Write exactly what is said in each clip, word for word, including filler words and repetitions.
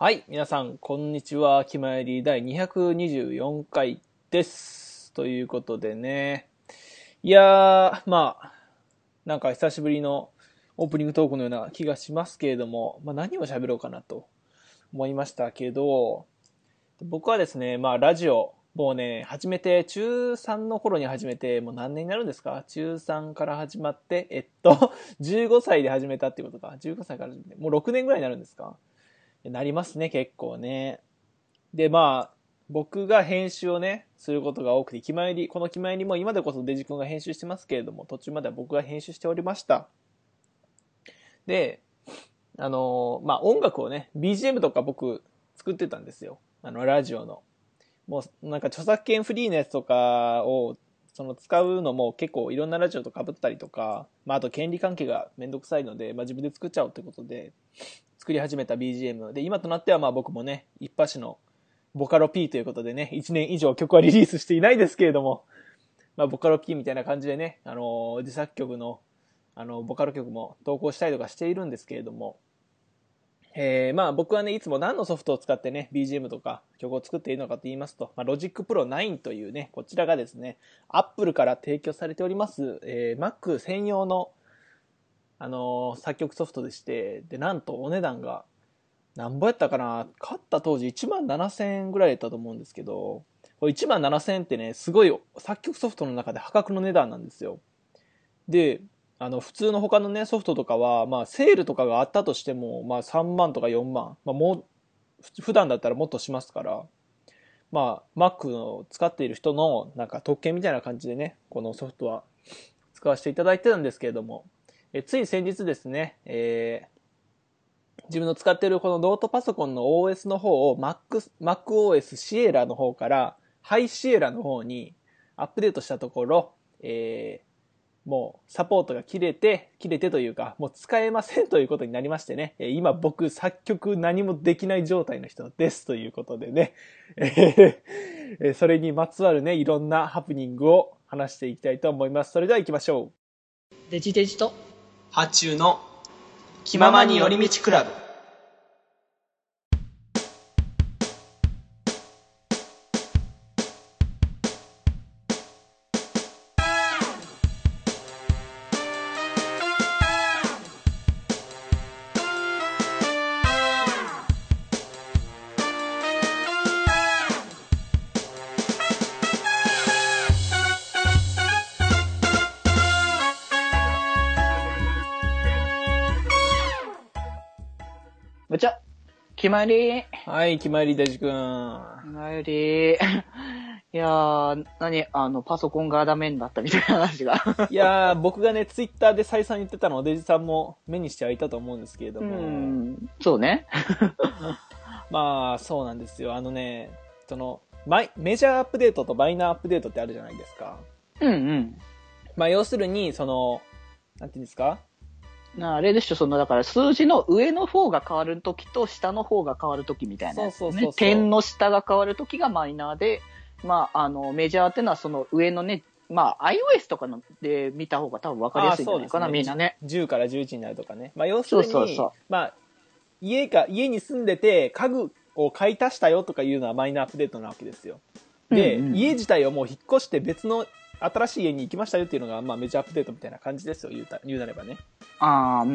はい。皆さん、こんにちは。気まよりだいにひゃくにじゅうよんかいです。ということでね。いやー、まあ、なんか久しぶりのオープニングトークのような気がしますけれども、まあ何を喋ろうかなと思いましたけど、僕はですね、まあラジオ、もうね、始めて、中さんの頃に始めて、もう何年になるんですか？中さんから始まって、えっと、じゅうごさいで始めたっていうことか。じゅうごさいから始めて、もうろくねんぐらいになるんですか？なりますね、結構ね。で、まあ、僕が編集をね、することが多くて、気まより、この気まよりも今でこそデジ君が編集してますけれども、途中までは僕が編集しておりました。で、あのーまあ、音楽をね、ビージーエム とか僕作ってたんですよ。あの、ラジオの。もう、なんか著作権フリーのやつとかを、その使うのも結構いろんなラジオと被ったりとか、まあ、あと権利関係がめんどくさいので、まあ、自分で作っちゃおうってことで、作り始めた ビージーエム で、今となってはまあ僕もね、一発のボカロ P ということでね、いちねん以上曲はリリースしていないですけれども、まあボカロ P みたいな感じでね、あのー、自作曲の、あの、ボカロ曲も投稿したりとかしているんですけれども、えー、まあ僕はね、いつも何のソフトを使ってね、ビージーエム とか曲を作っているのかと言いますと、まあ、Logic Pro ナインというね、こちらがですね、Apple から提供されております、えー、Mac 専用の、あのー、作曲ソフトでして、で、なんとお値段が、なんぼやったかな、買った当時いちまんななせんえんぐらいだったと思うんですけど、これいちまんななせんえんってね、すごい作曲ソフトの中で破格の値段なんですよ。で、あの、普通の他のね、ソフトとかは、まあ、セールとかがあったとしても、まあ、さんまんとかよんまん。まあ、もう、普段だったらもっとしますから、まあ、Mac を使っている人の、なんか特権みたいな感じでね、このソフトは使わせていただいてたんですけれども、えつい先日ですね、えー、自分の使っているこのノートパソコンの オーエス の方を Mac、MacOS Sierra の方から High Sierra の方にアップデートしたところ、えー、もうサポートが切れて、切れてというか、もう使えませんということになりましてね、今僕作曲何もできない状態の人ですということでね、それにまつわるね、いろんなハプニングを話していきたいと思います。それでは行きましょう。 デジデジと発注の気ままに寄り道クラブ。 むちゃ決まりはい、決まりだじくん。 決まりいやー、何あの、パソコンがダメになったみたいな話が。 いやー、僕がね、ツイッターで再三言ってたのをデジさんも目にしてはいたと思うんですけれども。 うん、そうね。 まあ、そうなんですよ。あのね、その、マイ、メジャーアップデートとマイナーアップデートってあるじゃないですか。 うんうん。 まあ、要するに、その、なんていうんですか？ あれでしょ、その、だから数字の上の方が変わるときと下の方が変わるときみたいなやつ、ね。 そうそうそうそう。 点の下が変わるときがマイナーで、まあ、あの、メジャーってのはその上のね、まあ、iOS とかので見た方が多分分かりやすいんじゃないかな、ね、みんなね。 じゅうからじゅういちになるとかね。まあ、要するに、 そうそうそう。 まあ、家か、家に住んでて家具を買い足したよとかいうのはマイナーアップデートなわけですよ。で、うんうん、家自体をもう引っ越して別の新しい家に行きましたよっていうのが、まあ、メジャーアップデートみたいな感じですよ、言うた、言うなればね。 ああ、うんうんうん。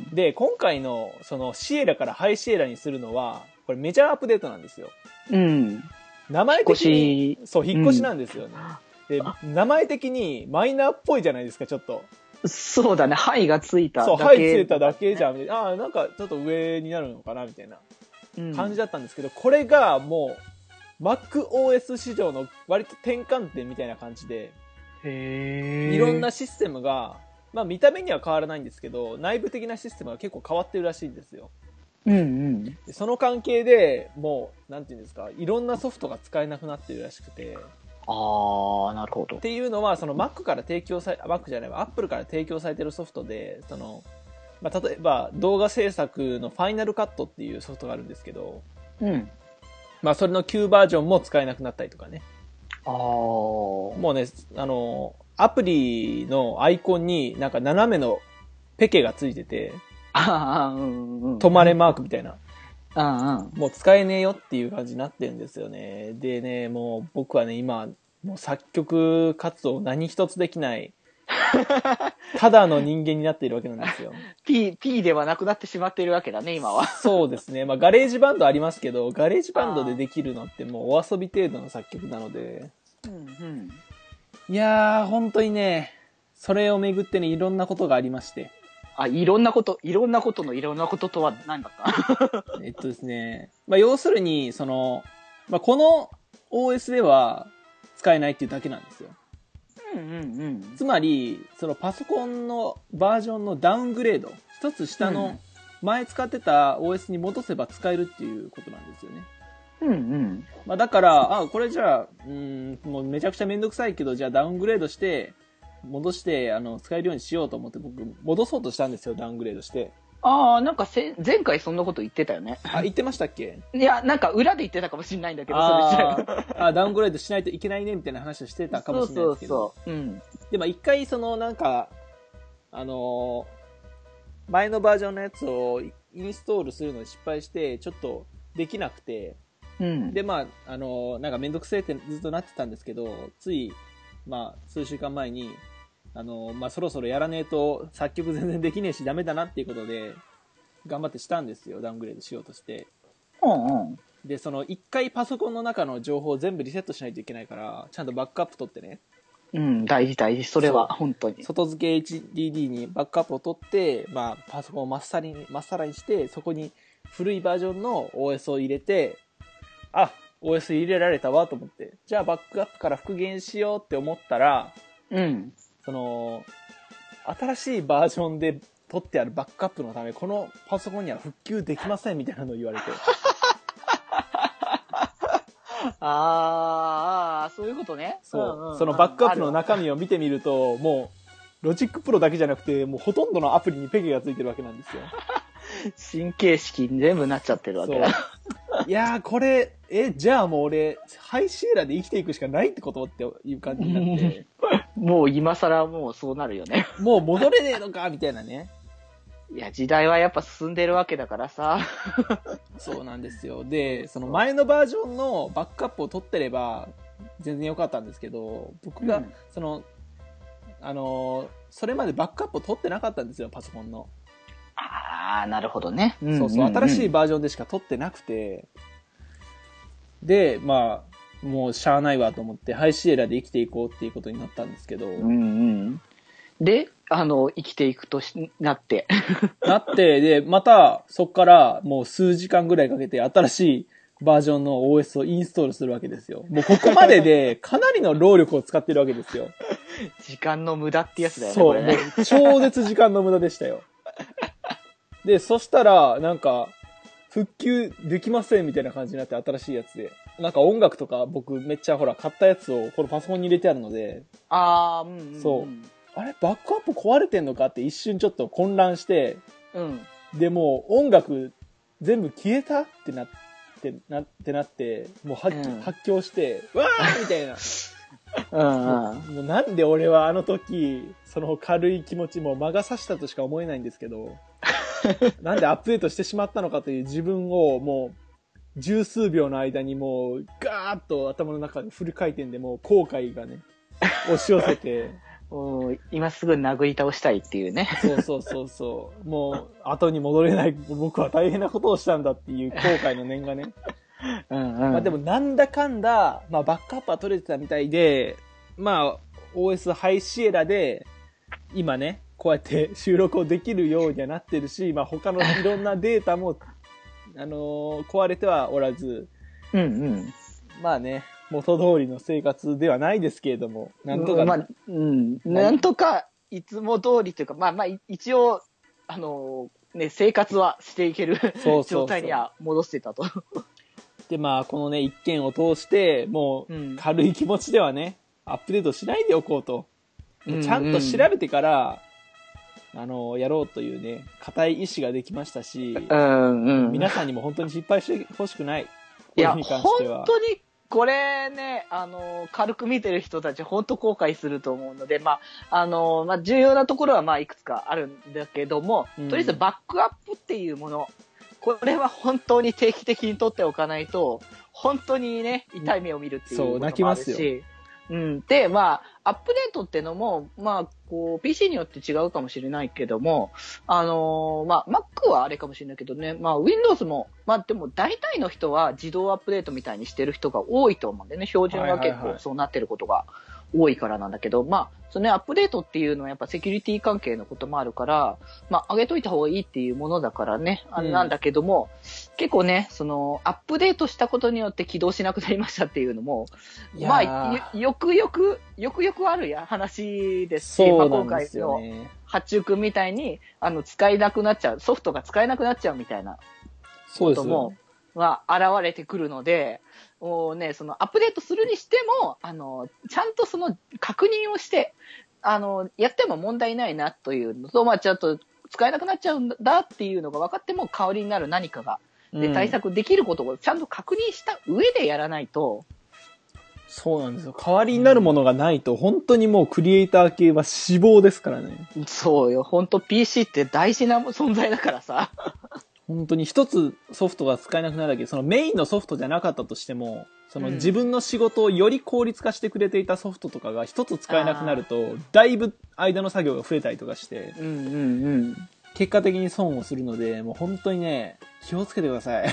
で、今回の、その、シエラからハイシエラにするのは、これメジャーアップデートなんですよ。 うん。 名前的に、そう、引っ越しなんですよね。うん、で、名前的にマイナーっぽいじゃないですか、ちょっと。 そうだね、ハイがついただけ。 そう、ハイついただけじゃん。ああ、なんかちょっと上になるのかな、みたいな感じだったんですけど、うん、これがもう、MacOS 史上の割と転換点みたいな感じで、 へー、 いろんなシステムが、まあ見た目には変わらないんですけど、内部的なシステムが結構変わってるらしいんですよ。 うんうん。 その関係でもう、なんていうんですか、いろんなソフトが使えなくなってるらしくて。 あー、なるほど。 っていうのは、その Mac から提供され、Mac じゃないわ、Apple から提供されてるソフトで、その、まあ、例えば動画制作の Final Cut っていうソフトがあるんですけど、 うん。 まあそれの旧バージョンも使えなくなったりとかね。 あー。 もうね、あの、アプリのアイコンになんか斜めのペケがついてて、 あー、うんうん。 止まれマークみたいな。 うんうん。 もう使えねえよっていう感じになってるんですよね。でね、もう僕はね、今、もう作曲活動何一つできない、ただの人間になっているわけなんですよ。 P、P ではなくなってしまっているわけだね、今は。 そうですね。まあ、ガレージバンドありますけど、ガレージバンドでできるのってもうお遊び程度の作曲なので、 うんうん。 いやー、本当にね、それをめぐってね、いろんなことがありまして。 あ、いろんなこと、いろんなことのいろんなこととは何だったえっとですね、まあ、要するに、その、まあ、この オーエス では使えないっていうだけなんですよ。 うんうんうん。 つまり、そのパソコンのバージョンのダウングレード、一つ下の前使ってた オーエス に戻せば使えるっていうことなんですよね。 うんうん。 まあ、だから、あ、これじゃあ、うん、もうめちゃくちゃめんどくさいけど、じゃあダウングレードして、戻して、あの、使えるようにしようと思って僕、戻そうとしたんですよ、ダウングレードして。 ああ、なんかせ、前回そんなこと言ってたよね。 あ、言ってましたっけ？ いや、なんか裏で言ってたかもしれないんだけど、それあ自体ーあ、ダウングレードしないといけないね、みたいな話をしてたかもしれないですけど。 そうそうそう。うん。 で、まあ一回、その、なんか、あのー前のバージョンのやつをインストールするのに失敗して、ちょっとできなくて、 うん。 で、まあ、あのーなんかめんどくせえってずっとなってたんですけど、つい、まあ、数週間前に、あのーまあ、そろそろやらねえと作曲全然できねえしダメだなっていうことで、頑張ってしたんですよ、ダウングレードしようとして。 うんうん。 で、その一回パソコンの中の情報を全部リセットしないといけないから、ちゃんとバックアップ取ってね。 うん、大事大事。それは、本当に。 外付け エイチディーディー にバックアップを取って、まあ、パソコンをまっさらに、まっさらにして、そこに古いバージョンの オーエス を入れて、あ、オーエス 入れられたわと思って、じゃあバックアップから復元しようって思ったら、 うん。 その、新しいバージョンで取ってあるバックアップのため、このパソコンには復旧できませんみたいなのを言われて。 ああ、そういうことね。 そう、 んんんそのバックアップの中身を見てみると、もう、ロジックプロだけじゃなくて、もうほとんどのアプリにペケがついてるわけなんですよ。 神経式に全部なっちゃってるわけだ。 いやー、これ、え、じゃあもう俺、ハイシエラで生きていくしかないってことっていう感じになって。 もう今更もうそうなるよね。 もう戻れねえのかみたいなね。 いや、時代はやっぱ進んでるわけだからさ。 そうなんですよ。で、その前のバージョンのバックアップを取ってれば、全然良かったんですけど、僕が、 うん、 その、あのー、それまでバックアップを取ってなかったんですよ、パソコンの。 ああ、なるほどね。 そうそう、新しいバージョンでしか取ってなくて、で、まあ、もうしゃあないわと思って、ハイシエラで生きていこうっていうことになったんですけど。 うんうん。で、あの、生きていくとしなって。 なって、で、また、そっからもう数時間ぐらいかけて新しいバージョンの オーエス をインストールするわけですよ。もうここまででかなりの労力を使ってるわけですよ。 時間の無駄ってやつだよね。 そう、 これね、 もう超絶時間の無駄でしたよ。で、そしたら、なんか、復旧できませんみたいな感じになって新しいやつで。なんか音楽とか僕めっちゃほら買ったやつをこのパソコンに入れてあるので。 ああ、うん、うん。 そう。あれバックアップ壊れてんのかって一瞬ちょっと混乱して。 うん。 で、もう音楽全部消えたってなって、なってなって、もう発,、うん、発狂して、わーみたいな。 うんうん、 もうなんで俺はあの時、その軽い気持ちも魔が差したとしか思えないんですけど、なんでアップデートしてしまったのかという自分をもう十数秒の間にもうガーッと頭の中でフル回転でもう後悔がね、押し寄せて、 今すぐ殴り倒したいっていうね。 そうそうそうそう。もう後に戻れない僕は大変なことをしたんだっていう後悔の念がね。 うんうん、 まあでもなんだかんだ、まあバックアップは取れてたみたいで、まあ オーエス ハイシエラで今ね、こうやって収録をできるようにはなってるし、まあ他のいろんなデータも、あのー、壊れてはおらず、 うんうん。 まあね、元通りの生活ではないですけれども、なんとか、 うん、まあ、うん、なんとかいつも通りというか、まあまあ一応、あのー、ね、生活はしていける状態には戻してたと。 で、まあこのね、一件を通して、もう軽い気持ちではね、うん、アップデートしないでおこうと。ちゃんと調べてから、うんうん、あの、やろうというね、固い意志ができましたし、 うんうん、 皆さんにも本当に失敗してほしくない。 いや、本当に、これね、あの、軽く見てる人たち本当後悔すると思うので、まあ、あの、まあ、重要なところはまあ、いくつかあるんだけども、うん、とりあえずバックアップっていうもの、 これは本当に定期的に取っておかないと、本当にね、痛い目を見るっていうこともあるし。 そう、泣きますよ。 うん。で、まあ、アップデートってのも、まあ、こう、ピーシー によって違うかもしれないけども、あのー、まあ、Mac はあれかもしれないけどね、まあ、Windows も、まあ、でも大体の人は自動アップデートみたいにしてる人が多いと思うんでね、標準が結構そうなってることが多いからなんだけど、はいはいはい、まあ、そのね、アップデートっていうのはやっぱセキュリティ関係のこともあるから、まあ、上げといた方がいいっていうものだからね、あれなんだけども、うん、結構ね、その、アップデートしたことによって起動しなくなりましたっていうのも、まあ、よくよく、よくよくあるや話ですし、まあ、今回の八中くんみたいに、あの、使えなくなっちゃう、ソフトが使えなくなっちゃうみたいなことも、まあ、現れてくるので、もうね、そのアップデートするにしても、あの、ちゃんとその確認をして、あの、やっても問題ないなというのと、まあ、ちょっと使えなくなっちゃうんだっていうのが分かっても、代わりになる何かが、で、対策できることをちゃんと確認した上でやらないと、うん、 そうなんですよ。代わりになるものがないと、本当にもうクリエイター系は死亡ですからね。 そうよ。本当 ピーシー って大事な存在だからさ。 本当に一つソフトが使えなくなるだけ、そのメインのソフトじゃなかったとしても、その自分の仕事をより効率化してくれていたソフトとかが一つ使えなくなると、だいぶ間の作業が増えたりとかして、 うんうんうん、 結果的に損をするので、もう本当にね、気をつけてください。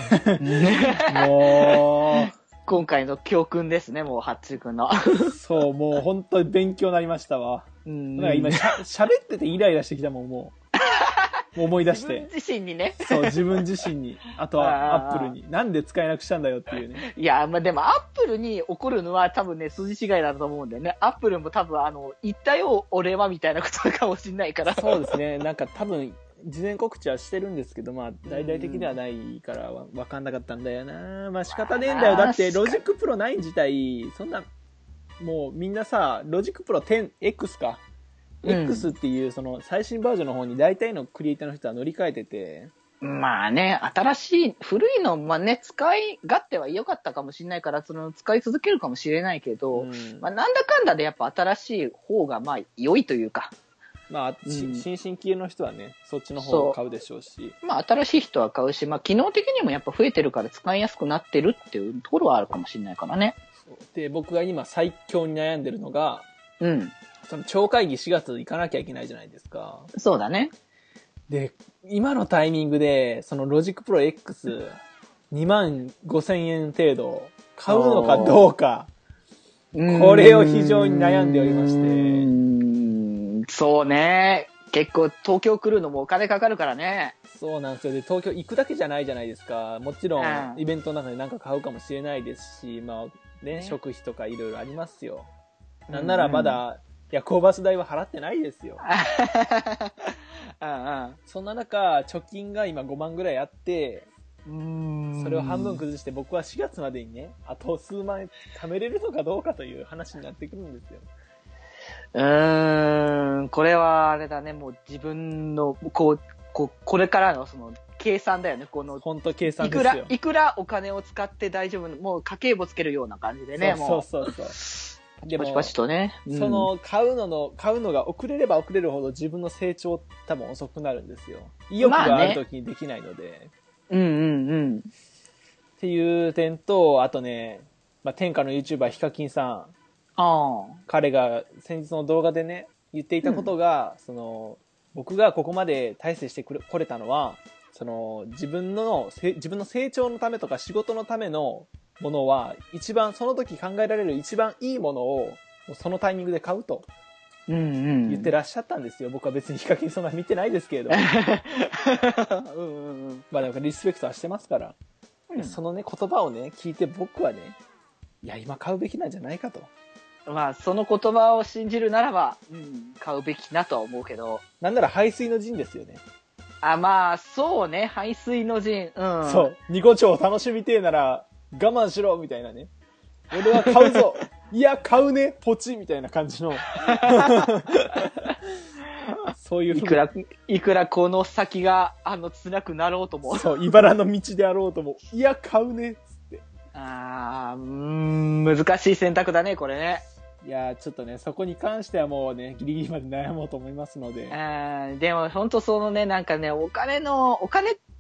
もう、 今回の教訓ですね、もう、ハッチー君の。 そう、もう本当に勉強になりましたわ。うん、なんか今しゃ、喋っててイライラしてきたもん、もう。思い出して。 自分自身にね。 そう、自分自身に。あとはアップルに。なんで使えなくしたんだよっていうね。 いや、まあ、でもアップルに怒るのは多分ね、筋違いだと思うんだよね。アップルも多分あの、言ったよ、俺はみたいなことかもしれないから。 そうですね。なんか多分、事前告知はしてるんですけど、まあ、大々的ではないから分かんなかったんだよな。まあ仕方ねえんだよ。だって、ロジックプロナイン自体、そんな、もうみんなさ、ロジックプロ テンエックス か。うん、X っていうその最新バージョンの方に大体のクリエイターの人は乗り換えてて。 まあね、新しい、古いの、まあね、使い勝手は良かったかもしれないから、その使い続けるかもしれないけど、うん、まあなんだかんだでやっぱ新しい方がまあ良いというか。 まあ、うん、新進気鋭の人はね、そっちの方を買うでしょうし。 まあ新しい人は買うし、まあ機能的にもやっぱ増えてるから使いやすくなってるっていうところはあるかもしれないからね。 そうで、僕が今最強に悩んでるのが、 うん。 その超会議しがつ行かなきゃいけないじゃないですか。 そうだね。 で、今のタイミングで、そのロジックプロ Xにまんごせんえん程度買うのかどうか、これを非常に悩んでおりまして。うーん、そうね。結構東京来るのもお金かかるからね。 そうなんですよ。で、東京行くだけじゃないじゃないですか。もちろん、イベントの中で何か買うかもしれないですし、まあね、ね食費とかいろいろありますよ。なんならまだ、夜行バス代は払ってないですよ。 うんうん、 そんな中、貯金が今ごまんぐらいあって、うーんそれを半分崩して僕はしがつまでにね、あと数万円貯めれるのかどうかという話になってくるんですよ。 うーん、これはあれだね、もう自分の、こう、こうこれからのその、計算だよね、この。 本当計算ですよ。 いくら、いくらお金を使って大丈夫、もう家計簿つけるような感じでね、 そうそうそうそう。 でもパチパチとね、 うん、その買うのの買うのが遅れれば遅れるほど自分の成長多分遅くなるんですよ。意欲がある時にできないので、 まあね、うんうんうんっていう点と、あとね、まあ、天下の YouTuber ヒカキンさん、 あ彼が先日の動画でね言っていたことが、うん、その僕がここまで大成してこれたのは、その自分の自分の成長のためとか仕事のためのものは一番その時考えられる一番いいものをそのタイミングで買うと言ってらっしゃったんですよ。うんうん、僕は別にヒカキンそんな見てないですけれどもうんうん、うん、まあでもリスペクトはしてますから、うん、そのね言葉をね聞いて僕はね、いや今買うべきなんじゃないかと。 まあその言葉を信じるならば、うん、買うべきなとは思うけど、 なんなら排水の陣ですよね。 あ、まあそうね、排水の陣、うん、 そうニコ町を楽しみてえなら我慢しろみたいなね。俺は買うぞいや買うねポチみたいな感じのそういういくらいくらこの先があの辛くなろうとも、 そう茨の道であろうとも、いや買うねっつって。 あー、うーん、難しい選択だねこれね。 いやちょっとねそこに関してはもうねギリギリまで悩もうと思いますので。 あでも本当そのねなんかねお金のお金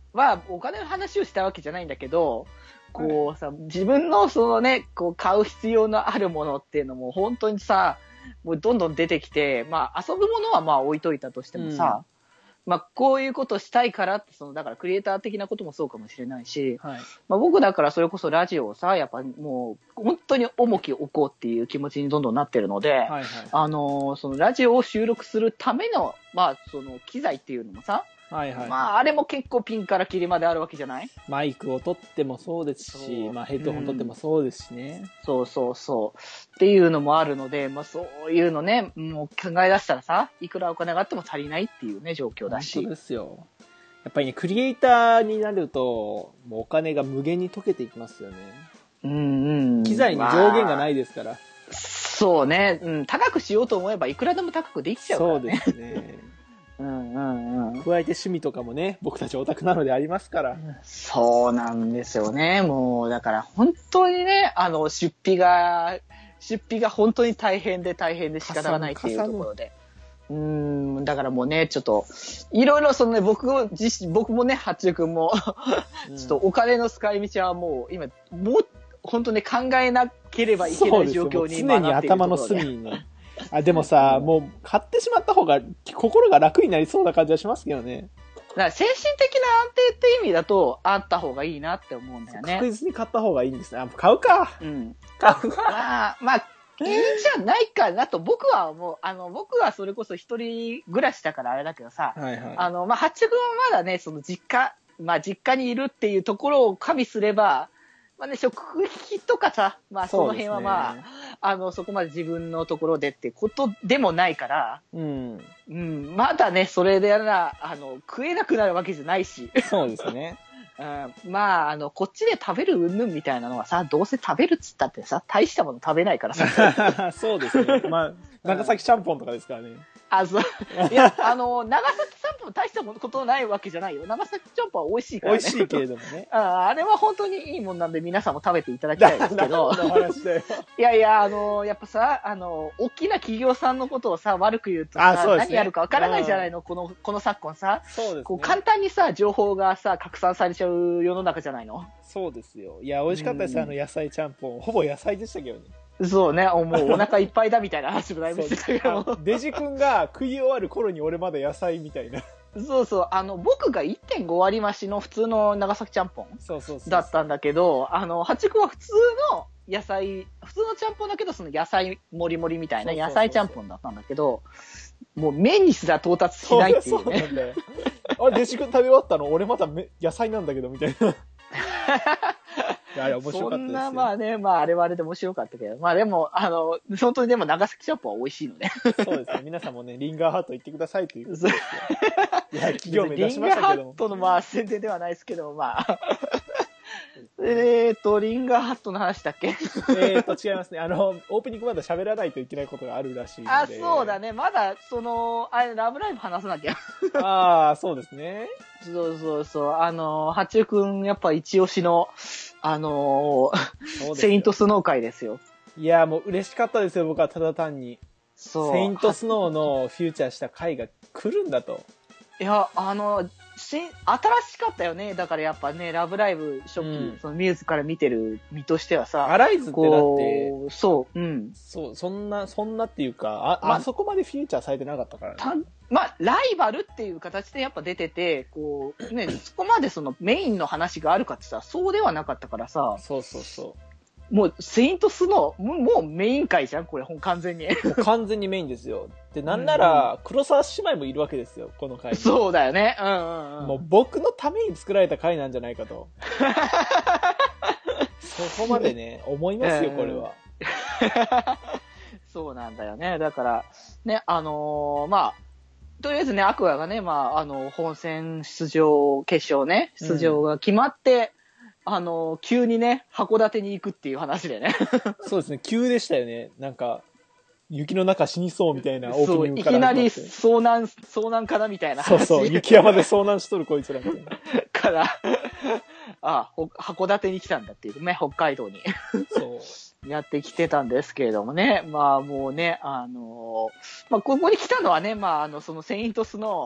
はお金の話をしたわけじゃないんだけど、こうさ、自分のそのね、こう買う必要のあるものっていうのも本当にさ、もうどんどん出てきて、まあ遊ぶものはまあ置いといたとしてもさ、まあこういうことしたいからって、そのだからクリエイター的なこともそうかもしれないし、 はい。 まあ僕だからそれこそラジオをさ、やっぱもう本当に重きを置こうっていう気持ちにどんどんなってるので、 はいはい。 あのーそのラジオを収録するための、まあその機材っていうのもさ、 はいはい。 まああれも結構ピンからキリまであるわけじゃない？ マイクを取ってもそうですそし、 うまあヘッドホン取ってもそうですしね。 そうそうそう。っていうのもあるので、まあそういうのね、もう考え出したらさ、いくらお金があっても足りないっていうね、状況だ本し当。ですよ。やっぱりね、クリエイターになると、もうお金が無限に溶けていきますよね。 うんうん。 機材に上限がないいですから。 そうね、うん。高くしようと思えばいくらでも高くできちゃうからそうでね。 すね。 うんうんうん。 加えて趣味とかもね、僕たちオタクなのでありますから。 そうなんですよね。もう、だから本当にね、あの、出費が、出費が本当に大変で大変で仕方がないっていうところで。うーん、だからもうね、ちょっと、いろいろそのね、僕を自身、僕もね、八中くんも、 うんちょっとお金の使い道はもう、今、もう、本当ね、考えなければいけない状況に今常になっているところで。 頭の隅にね。あ、でもさ、もう買ってしまった方が心が楽になりそうな感じはしますけどね。 だから精神的な安定って意味だと、あった方がいいなって思うんだよね。 確実に買った方がいいんですね。あ、買うか。 うん。 買うか。 まあ、まあ、いいんじゃないかなと、僕は思う。あの、僕はそれこそ一人暮らしだからあれだけどさ、 はいはい。 あの、まあ、八中君はまだね、その実家、まあ、実家にいるっていうところを加味すれば、まあね、食費とかさ、まあ、その辺はまあ、あの、そこまで自分のところでってことでもないから、 うん。 うん、まだね、それでやら、あの、食えなくなるわけじゃないし、 そうですね。 うん、まあ、あの、こっちで食べる云々みたいなのはさ、どうせ食べるっつったってさ、大したもの食べないからさ。 そうですね。まあ、長崎ちゃんぽんとかですからね。 あ、そう。いや、あの、長崎ちゃんぽん大したことないわけじゃないよ。長崎ちゃんぽんは美味しいからね。 美味しいけれどもね。 ああれは本当にいいもんなんで皆さんも食べていただきたいですけど。 何の話だよ。 いやいや、あの、やっぱさ、あの、大きな企業さんのことをさ、悪く言うとさ、 あそうですね何やるかわからないじゃないの、この、この昨今さ。 そうですね。 こう簡単にさ、情報がさ、拡散されちゃう世の中じゃないの。 そうですよ。いや、美味しかったです、 うんあの野菜ちゃんぽん。ほぼ野菜でしたけどね。 そうね、もうお腹いっぱいだみたいな話もだいぶしてたけど。 そうデジ君が食い終わる頃に俺まだ野菜みたいな。 そうそう、あの、僕がいってんご割増しの普通の長崎ちゃんぽんそうそうそう。 だったんだけど、あの、八くは普通の野菜、普通のちゃんぽんだけど、その野菜もりもりみたいなそうそうそうそう野菜ちゃんぽんだったんだけど、もう麺にすら到達しないっていうね。 そうなんだよ。あれ、デジ君食べ終わったの俺まだめ野菜なんだけど、みたいな。いや、あれ面白かったですよ。 そんな、まあね、まああれはあれで面白かったけど、まあでも、あの、本当にでも長崎ちゃんぽんは美味しいのね。 そうですね。皆さんもね、リンガーハート行ってくださいということですよ。いや、企業目指しましたけどもリンガーハッ。トのまあ宣伝ではないですけど、まあ。えーと、リンガーハットの話だっけえーと、違いますね。あの、オープニングまだ喋らないといけないことがあるらしいので。 あ、そうだね。まだ、その、あれ、ラブライブ話さなきゃ。 ああ、そうですね。 そうそうそう。あの、八中くん、やっぱ一押しの、あのそうですよセイントスノー会ですよ。 いや、もう嬉しかったですよ、僕はただ単に。 そう。 セイントスノーのフューチャーした回が来るんだと。 いや、あの、し新しかったよね。だからやっぱね、ラブライブ初期、 うんそのミューズから見てる身としてはさ、 アライズってだって、 こう、そう、うん。 そう、そんな、そんなっていうか、あ、 まあそこまでフューチャーされてなかったからね。 たまあ、ライバルっていう形でやっぱ出てて、こう、ね、そこまでそのメインの話があるかってさ、そうではなかったからさ、 そうそうそもう、セイントスノー、もうもうメイン回じゃんこれ、ほん完全に。 う。もう完全にメインですよ。で、なんなら、黒沢姉妹もいるわけですよ、この回に。 そうだよね。うんうんうん。 もう僕のために作られた回なんじゃないかと。そこまでね、思いますよ、これは。 そうなんだよね。だから、ね、あのーまあ、とりあえずね、アクアがね、まあ、あの、本戦出場、決勝ね、出場が決まって、うん、あのー急にね、函館に行くっていう話でね。 そうですね、急でしたよね。なんか、雪の中死にそうみたいなオープそう、 ニングからいきなり始まって遭難、遭難かなみたいな話。 そうそう、雪山で遭難しとるこいつらみたいな。 から、あ、ほ函館に来たんだっていうね、北海道に。 そう。 やってきてたんですけれどもね。まあもうね、あのーまあここに来たのはね、まああの、そのセイントスの、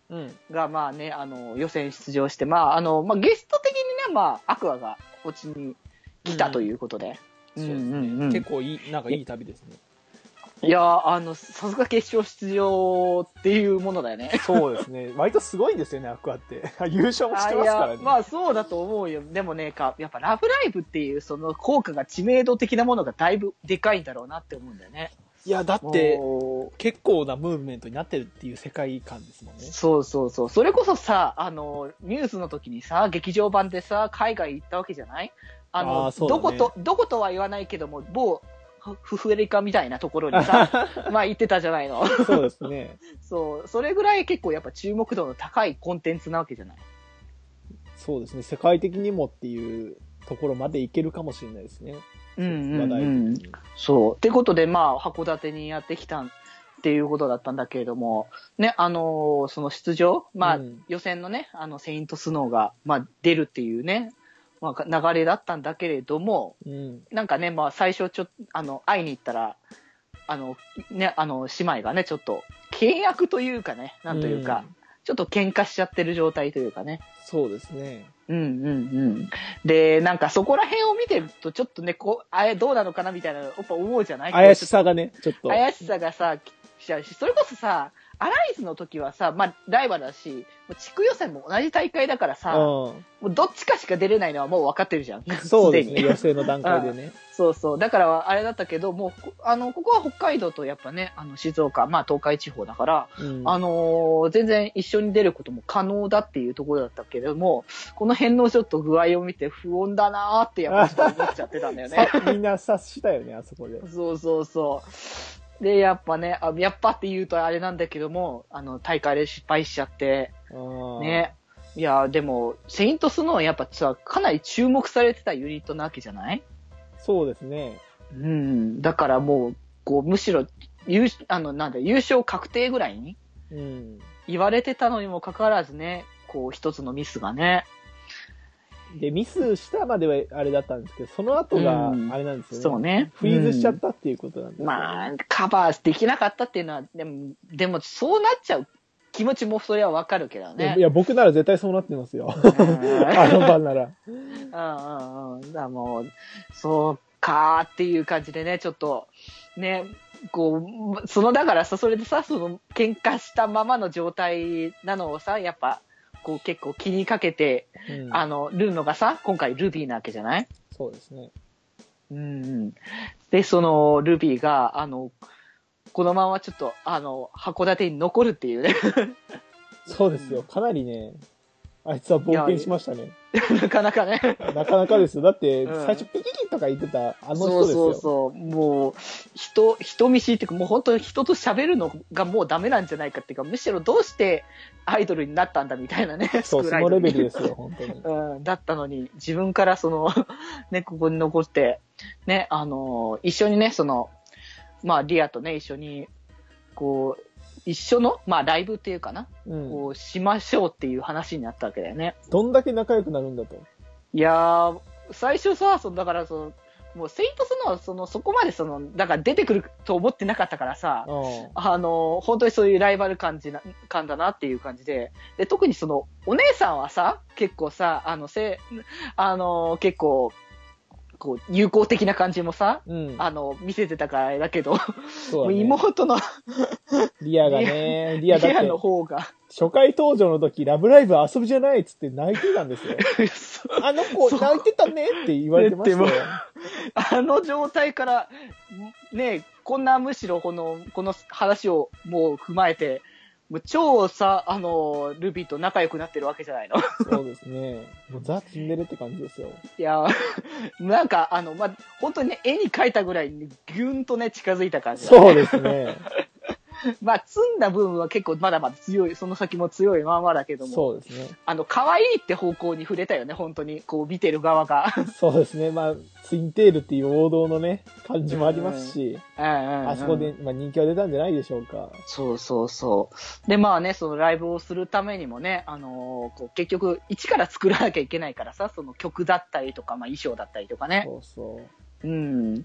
うん。 が、まあね、あの、予選出場して、まあ、あの、まあ、ゲスト的にね、まあ、アクアがこっちに来たということで。 そうですね。 うんうんうん結構いい、なんかいい旅ですね。 いやー、あの、さすが決勝出場っていうものだよね。 そうですね。割とすごいんですよね、アクアって。優勝もしてますからね。 あいやまあそうだと思うよ。でもね、かやっぱラブライブっていうその効果が知名度的なものがだいぶでかいんだろうなって思うんだよね。 いや、だって、 もう結構なムーブメントになってるっていう世界観ですもんね。 そうそうそう。それこそさ、あの、ニュースの時にさ、劇場版でさ、海外行ったわけじゃないあのあーそうだねどこと、どことは言わないけども、某、フフエリカみたいなところにさ、まあ行ってたじゃないの。 そうですね。 そう、それぐらい結構やっぱ注目度の高いコンテンツなわけじゃない。 そうですね。世界的にもっていうところまでいけるかもしれないですね。 うんうん話題的うんに。 そう。ってことで、まあ、函館にやってきたっていうことだったんだけれども、ね、あのーその出場、まあ、 うん予選のね、あの、セイントスノーが、まあ、出るっていうね、まあ、流れだったんだけれども、 うん。 なんかね、まあ、最初ちょっと、あの、会いに行ったら、あの、ね、あの、姉妹がね、ちょっと、契約というかね、なんというか、 うんちょっと喧嘩しちゃってる状態というかね。 そうですね。 うんうんうん。で、なんかそこら辺を見てると、ちょっとね、こう、あれどうなのかなみたいな、やっぱ思うじゃない怪しさがね、ちょっと。 怪しさがさ、来ちゃうし、それこそさ、アライズの時はさ、まあ、ライバルだし、もう地区予選も同じ大会だからさ、もううどっちかしか出れないのはもう分かってるじゃん。 ん。そうですね。 でに予選の段階でね。 そうそう。だから、あれだったけど、もう、あの、ここは北海道とやっぱね、あの、静岡、まあ、東海地方だから、 うん。 あのー全然一緒に出ることも可能だっていうところだったけれども、この辺のちょっと具合を見て不穏だなーってやっぱり思っちゃってたんだよね。 さみんな察したよね、あそこで。 そうそうそう。で、やっぱね、あやっぱって言うとあれなんだけども、あの、大会で失敗しちゃって、 うんね。いや、でも、セイントスノーはやっぱさ、かなり注目されてたユニットなわけじゃないそうですね。 うん。だからもう、こう、むしろ、優、あの、なんだ、優勝確定ぐらいにうん。 言われてたのにもかかわらずね、こう、一つのミスがね。 で、ミスしたまではあれだったんですけど、その後がうんあれなんですよね。 そうね。 フリーズしちゃったっていうことなんですよね。 まあ、カバーできなかったっていうのは、でも、でもそうなっちゃう気持ちもそれはわかるけどね。 いや、僕なら絶対そうなってますよ。 うんあの場なら。 うんうんうん。だからもう、そうかーっていう感じでね、ちょっと、ね、こう、その、だからさ、それでさ、その、喧嘩したままの状態なのをさ、やっぱ、こう結構気にかけて、 うん、 あの、ルーのがさ、今回ルビーなわけじゃないそうですね。 うんうん。で、その、ルビーが、あの、このままちょっと、あの、函館に残るっていうね。 そうですよ。かなりね、あいつは冒険しましたね。 なかなかね。 なかなかですよ。だって、 うん最初ピキキとか言ってたあのそう人ですよ。 そうそう。もう、人、人見知りっていうか、もう本当に人と喋るのがもうダメなんじゃないかっていうか、むしろどうしてアイドルになったんだみたいなね。 そう、そのレベルですよ、本当に。 うん、だったのに、自分からその、ね、ここに残って、ね、あの、一緒にね、その、まあ、リアとね、一緒に、こう、一緒の、まあ、ライブっていうかな、 うん。 こう、しましょうっていう話になったわけだよね。 どんだけ仲良くなるんだと。 いやー、最初さ、そのだからその、もう、セイントスノーは、その、そこまでその、だから出てくると思ってなかったからさ、 うん。 あの、本当にそういうライバル感じな、感だなっていう感じで、で、特にその、お姉さんはさ、結構さ、あの、せ、あの、結構、こう、友好的な感じもさ、 うん。 あの、見せてたからあれだけど、もうそうだね。 妹のリアがね、リアだってリアの、方が、 初回登場の時、ラブライブ遊びじゃないっつって泣いてたんですよ。あの子そう泣いてたねって言われてましたよ。 あの状態から、ね、こんなむしろこの、この話をもう踏まえて、もう超さ、あの、ルビーと仲良くなってるわけじゃないの。 そうですね。もうザ・ツンデレって感じですよ。 いや、なんか、あの、まあ、本当にね、絵に描いたぐらいにギュンとね、近づいた感じだね、 そうですね。 まあ、積んだ部分は結構まだまだ強い、その先も強いままだけども、 そうですね。 あの、可愛いって方向に触れたよね、本当に。こう、見てる側が。 そうですね。まあ、ツインテールっていう王道のね、感じもありますし、 うんうんうんあそこで、まあ、人気は出たんじゃないでしょうか。 そうそうそう。で、まあね、そのライブをするためにもね、あのーこう結局、一から作らなきゃいけないからさ、その曲だったりとか、まあ衣装だったりとかね。 そうそう。 うん。っ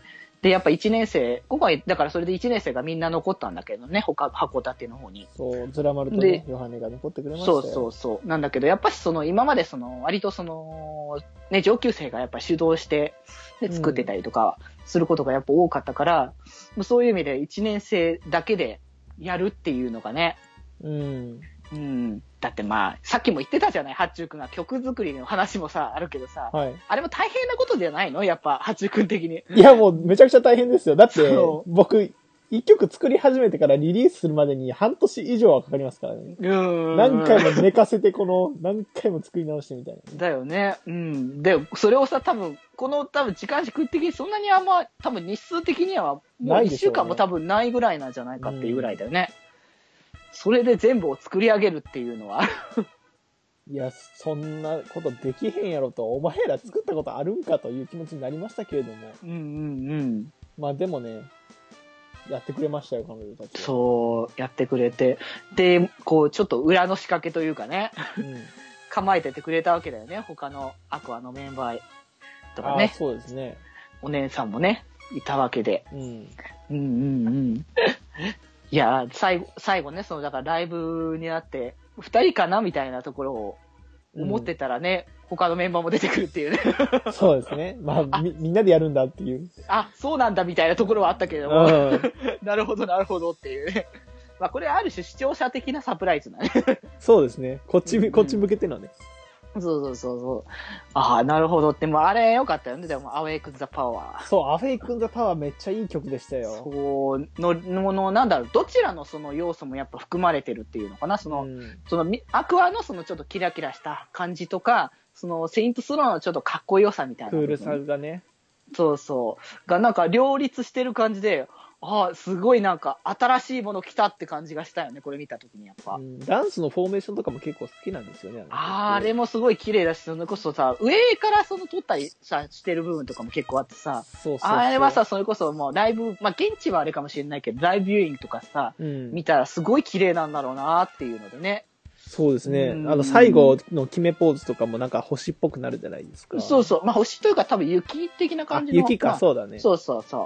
で、やっぱいちねん生、今回、だからそれでいちねん生がみんな残ったんだけどね、他、函館の方に。 そう、ズラマルとね、ヨハネが残ってくれましたよ。 そうそうそう。なんだけど、やっぱしその、今までその、割とその、ね、上級生がやっぱ主導して、ね、作ってたりとか、することがやっぱ多かったから、うん、そういう意味でいちねん生だけでやるっていうのがね、 うん。 うん。だってまあ、さっきも言ってたじゃない、八中くんが曲作りの話もさ、あるけどさ、 はい。 あれも大変なことじゃないのやっぱ、八中くん的に。 いや、もうめちゃくちゃ大変ですよ。だって、僕、一曲作り始めてからリリースするまでに半年以上はかかりますからね。 うん。 何回も寝かせて、この、何回も作り直してみたいな。 だよね。うん。で、それをさ、多分、この多分時間軸的にそんなにあんま、多分日数的には、もういっしゅうかんも多分ないぐらいなんじゃないかっていうぐらいだよね。それで全部を作り上げるっていうのは。 いや、そんなことできへんやろと、お前ら作ったことあるんかという気持ちになりましたけれども。 うんうんうん。 まあでもね、やってくれましたよ、彼女たちは。 そう、やってくれて。で、こう、ちょっと裏の仕掛けというかね、うん、構えててくれたわけだよね、他のアクアのメンバーとかね。 あ、そうですね。 お姉さんもね、いたわけで。うん。うんうんうん。いや、最後、最後ね、その、だからライブになって、二人かなみたいなところを思ってたらね、うん、他のメンバーも出てくるっていうね。 そうですね。まあ、み、みんなでやるんだっていう。 あ、そうなんだみたいなところはあったけれども。うん、なるほど、なるほどっていうね。まあ、これある種視聴者的なサプライズだね。 そうですね。こっち、こっち向けてのね。 そうそうそうそう。ああ、なるほどって、もうあれ良かったよね。でも、アウェイク・ザ・パワー。 そう、アウェイク・ザ・パワーめっちゃいい曲でしたよ。 そう、の、の、のなんだろう、どちらのその要素もやっぱ含まれてるっていうのかな。その、うん、その、アクアのそのちょっとキラキラした感じとか、その、セイント・スローのちょっとかっこよさみたいな。 クールさがね。 そうそう。が、なんか両立してる感じで、ああ、すごいなんか新しいもの来たって感じがしたよね、これ見たときにやっぱ、うん。 ダンスのフォーメーションとかも結構好きなんですよね。 ああ、あれもすごい綺麗だし、それこそさ、上からその撮ったりさ、してる部分とかも結構あってさ、そうそうそう、あれはさ、それこそもうライブ、まあ現地はあれかもしれないけど、ライブビューイングとかさ、うん、見たらすごい綺麗なんだろうなっていうのでね。 そうですね。あの、最後の決めポーズとかもなんか星っぽくなるじゃないですか。 そうそう。まあ星というか多分雪的な感じの。 雪か、 まあ、 そうだね。 そうそうそう。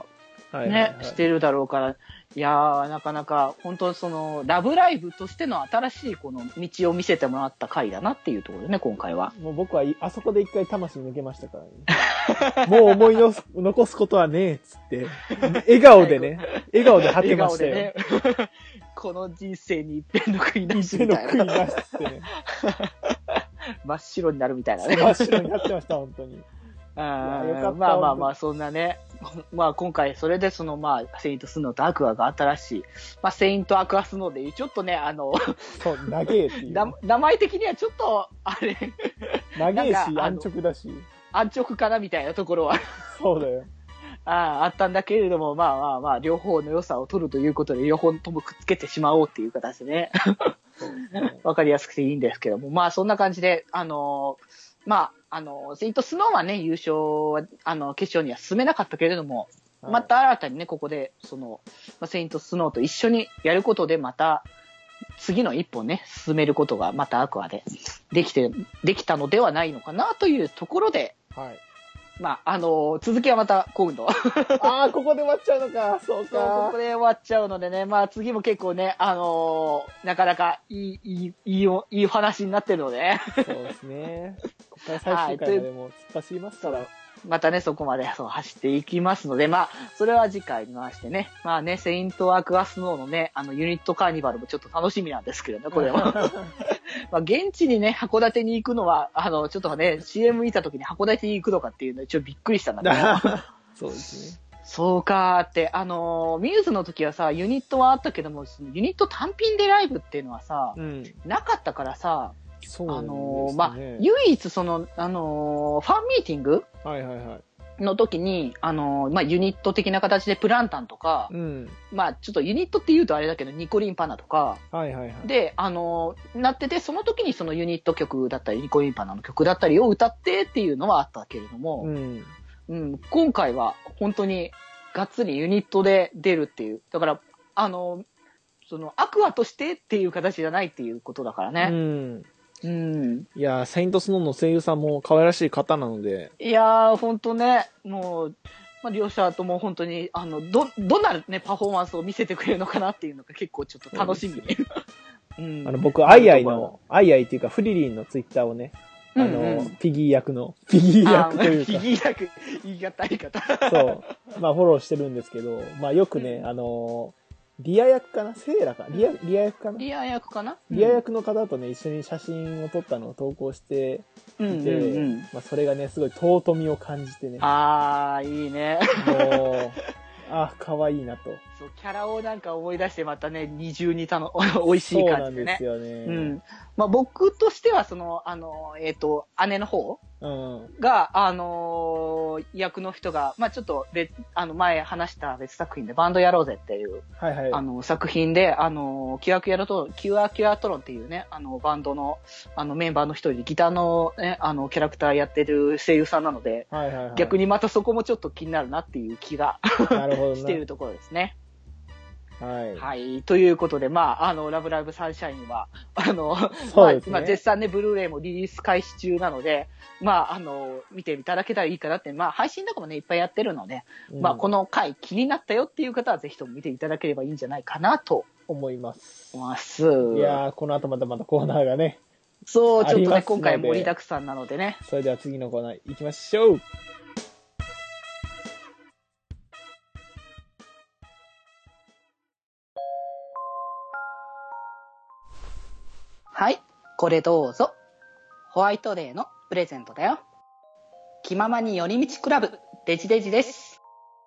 はいはいはい、ね、してるだろうから、いやー、なかなか、本当その、ラブライブとしての新しいこの道を見せてもらった回だなっていうところでね、今回は。 もう僕は、あそこで一回魂抜けましたからね。もう思いの残すことはねえ、っつって。笑顔でね、笑顔で果てましたよ。ね、 この人生に一遍の悔いなしみたいな。 一遍の悔いなしってね。 真っ白になるみたいなね。 真っ白になってました、本当に。 あまあまあまあ、そんなね。まあ今回、それでそのまあ、セイントスノーとアクアが新しい。まあ、セイントアクアスノーでいう、ちょっとね、あの、 そう、長えっていう。 名前的にはちょっと、あれ。 長えし、安直だし。 安直かなみたいなところは。 そうだよ。 ああ、あったんだけれども、まあまあまあ、両方の良さを取るということで、両方ともくっつけてしまおうっていう形でね。わかりやすくていいんですけども、まあそんな感じで、あのー、まあ、あの、セイントスノーはね、優勝は、あの、決勝には進めなかったけれども、はい、また新たにね、ここで、その、セイントスノーと一緒にやることで、また、次の一歩ね、進めることが、またアクアで、できて、できたのではないのかな、というところで、はい。まあ、あのー、続きはまた今度。 ああ、ここで終わっちゃうのか。そうか。 ここで終わっちゃうのでね、まあ次も結構ね、あのー、なかなかいい、いい、いいお、いい話になってるので。 そうですね。ここから最終回までも突っ走りますから。はい、 またね、そこまでそう走っていきますので、まあ、それは次回に回してね、まあね、セイントアクアスノーのね、あの、ユニットカーニバルもちょっと楽しみなんですけどね、これは。まあ、現地にね、函館に行くのは、あの、ちょっとね、シーエム 見た時に函館に行くのかっていうのはちょっとびっくりしたんだけど。 そうですね。 そうかーって、あのー、ミューズの時はさ、ユニットはあったけども、ユニット単品でライブっていうのはさ、うん、なかったからさ、 そうですね、 あのー、まあ、唯一その、あのー、ファンミーティングはいはいはい。 の時に、あのー、まあ、ユニット的な形でプランタンとか、うん、まあ、ちょっとユニットって言うとあれだけど、ニコリンパナとか、 はいはいはい。 で、あのー、なってて、その時にそのユニット曲だったり、ニコリンパナの曲だったりを歌ってっていうのはあったけれども、うんうん、今回は本当にがっつりユニットで出るっていう。だから、あの、その、アクアとしてっていう形じゃないっていうことだからね。うん。うん。 いやー、セイントスノーの声優さんも可愛らしい方なので。 いやー、ほんとね、もう、 まあ、両者とも本当に、あの、ど、どんなね、パフォーマンスを見せてくれるのかなっていうのが結構ちょっと楽しみに。 うん、あの、僕、アイアイの、アイアイっていうか、フリリンのツイッターをね、あの、うんうん、ピギー役の、ピギー役というか。 ピギー役、言い方言い方。 そう。まあ、フォローしてるんですけど、まあ、よくね、うん、あの、リア役かなセーラかリア、リア役かなリア役かなリア役の方とね、一緒に写真を撮ったのを投稿していて、うんうんうん、まあ、それがね、すごい尊みを感じてね。 あー、いいね。 もう、あ、可愛いなと。 そう、キャラをなんか思い出してまたね、二重にたの、美味しい感じでね。 そうなんですよね。 うん。まあ僕としては、その、あの、えっと、姉の方うん、 が、あのー、役の人が、まあちょっと別、あの、前話した別作品で、バンドやろうぜっていう、 はいはい、 あの、作品で、あの、キュアキュアトロン、キュアキュアトロンっていうね、あの、バンドの、あの、メンバーの一人で、ギターのね、あの、キャラクターやってる声優さんなので、 はいはいはい、 逆にまたそこもちょっと気になるなっていう気がなるほどしているところですね。 はい。 はい。ということで、まあ、あの、ラブライブサンシャインは、あの、 そうですね、 まあ、まあ、絶賛ね、ブルーレイもリリース開始中なので、まあ、あの、見ていただけたらいいかなって、まあ、配信とかもね、いっぱいやってるので、うん、まあ、この回気になったよっていう方は、ぜひとも見ていただければいいんじゃないかなと思います。 ます。 いやー、この後またまたコーナーがね。 そう、ちょっとね、今回盛りだくさんなのでね。 それでは次のコーナー行きましょう。 はい、これどうぞ。ホワイトデーのプレゼントだよ。気ままに寄り道クラブ、デジデジです。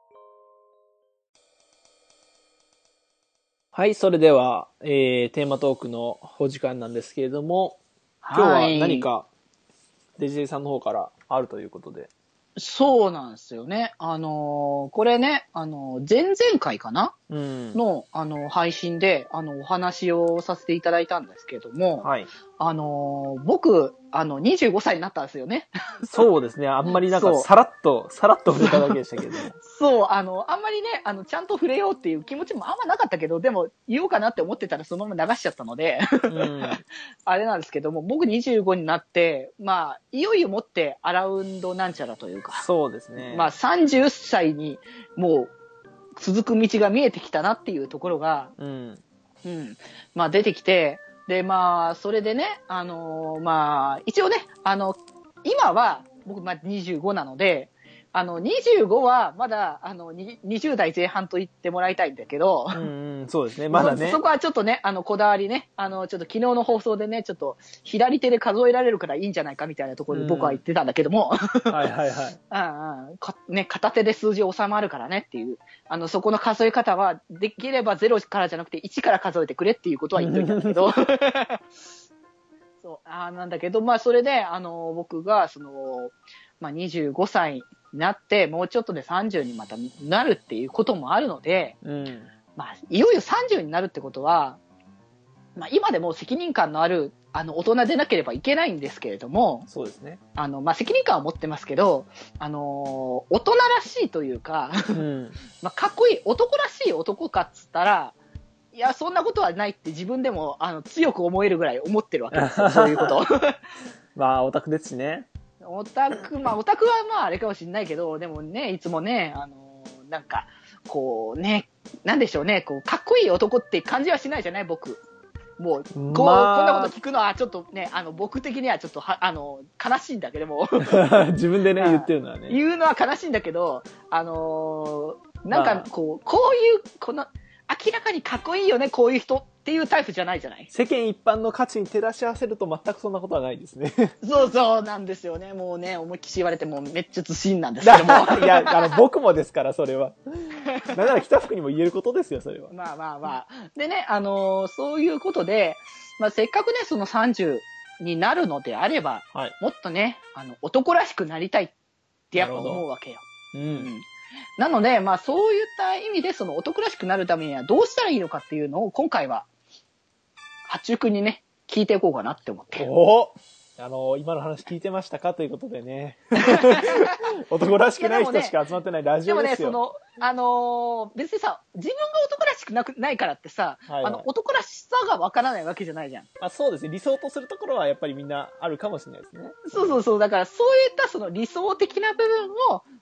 はい、それでは、えー、テーマトークのお時間なんですけれども、今日は何かデジデジさんの方からあるということで。 そうなんですよね。あのー、これね、あのー、前々回かな、うん、の、あのー、配信で、あの、お話をさせていただいたんですけれども、 はい。 あのー、僕、あの、にじゅうごさいになったんですよね。 そうですね。あんまりなんか、さらっと、さらっと触れただけでしたけど。 そう、あの、あんまりね、あの、ちゃんと触れようっていう気持ちもあんまなかったけど、でも、言おうかなって思ってたらそのまま流しちゃったので、うん、あれなんですけども、僕にじゅうごになって、まあ、いよいよもってアラウンドなんちゃらというか、 そうですね。 まあ、さんじゅっさいにもう、続く道が見えてきたなっていうところが、うん。うん。まあ、出てきて、で、まあ、それでね、あのー、まあ、一応ね、あの、今は、僕、まあ、にじゅうごなので、あの、にじゅうごは、まだ、あの、にじゅう代前半と言ってもらいたいんだけど、 うん、うん、そうですね、まだねそ。そこはちょっとね、あの、こだわりね、あの、ちょっと昨日の放送でね、ちょっと、左手で数えられるからいいんじゃないかみたいなところで僕は言ってたんだけども、 うん、はいはいはい。 ああね、片手で数字収まるからねっていう、あの、そこの数え方は、できればゼロからじゃなくていちから数えてくれっていうことは言っといたんだけど、そう、ああ、なんだけど、まあ、それで、あの、僕が、その、まあ、にじゅうごさいになって、もうちょっとでさんじゅうにまたなるっていうこともあるので、うん、まあ、いよいよさんじゅうになるってことは、まあ、今でも責任感のある、あの、大人でなければいけないんですけれども、 そうですね。 あの、まあ、責任感は持ってますけど、あのー、大人らしいというか、うん、まあ、かっこいい、男らしい男かっつったら、いや、そんなことはないって自分でも、あの、強く思えるぐらい思ってるわけですよ、そういうこと。 まあ、オタクですしね。 オタク、まあ、オタクはまあ、あれかもしれないけど、でもね、いつもね、あのー、なんか、こうね、なんでしょうね、こう、かっこいい男って感じはしないじゃない、僕。もう、こう、まあ、こんなこと聞くのは、ちょっとね、あの、僕的にはちょっとは、あの、悲しいんだけども。 自分でね、言ってるのはね。 言うのは悲しいんだけど、あのー、なんか、こう、まあ、こういう、この、明らかにかっこいいよね、こういう人っていうタイプじゃないじゃない。 世間一般の価値に照らし合わせると全くそんなことはないですね。 そうそうなんですよね。もうね、思いっきし言われてもめっちゃ自信なんですけども。 いや、あの、僕もですから、それは。だから北福にも言えることですよ、それは。 まあまあまあ。でね、あのー、そういうことで、まあせっかくね、そのさんじゅうになるのであれば、はい、もっとね、あの、男らしくなりたいってやっぱ思うわけよ。うん。うんなので、まあそういった意味で、その男らしくなるためにはどうしたらいいのかっていうのを今回は、八中くんにね、聞いていこうかなって思って。 おあのー、今の話聞いてましたかということでね。男らしくない人しか集まってないラジオですよ。 でもね、その、あのー、別にさ、自分が男らしくなくないからってさ、はいはい、あの、男らしさがわからないわけじゃないじゃん。 あ、そうですね。理想とするところはやっぱりみんなあるかもしれないですね。 そうそうそう。だからそういったその理想的な部分を、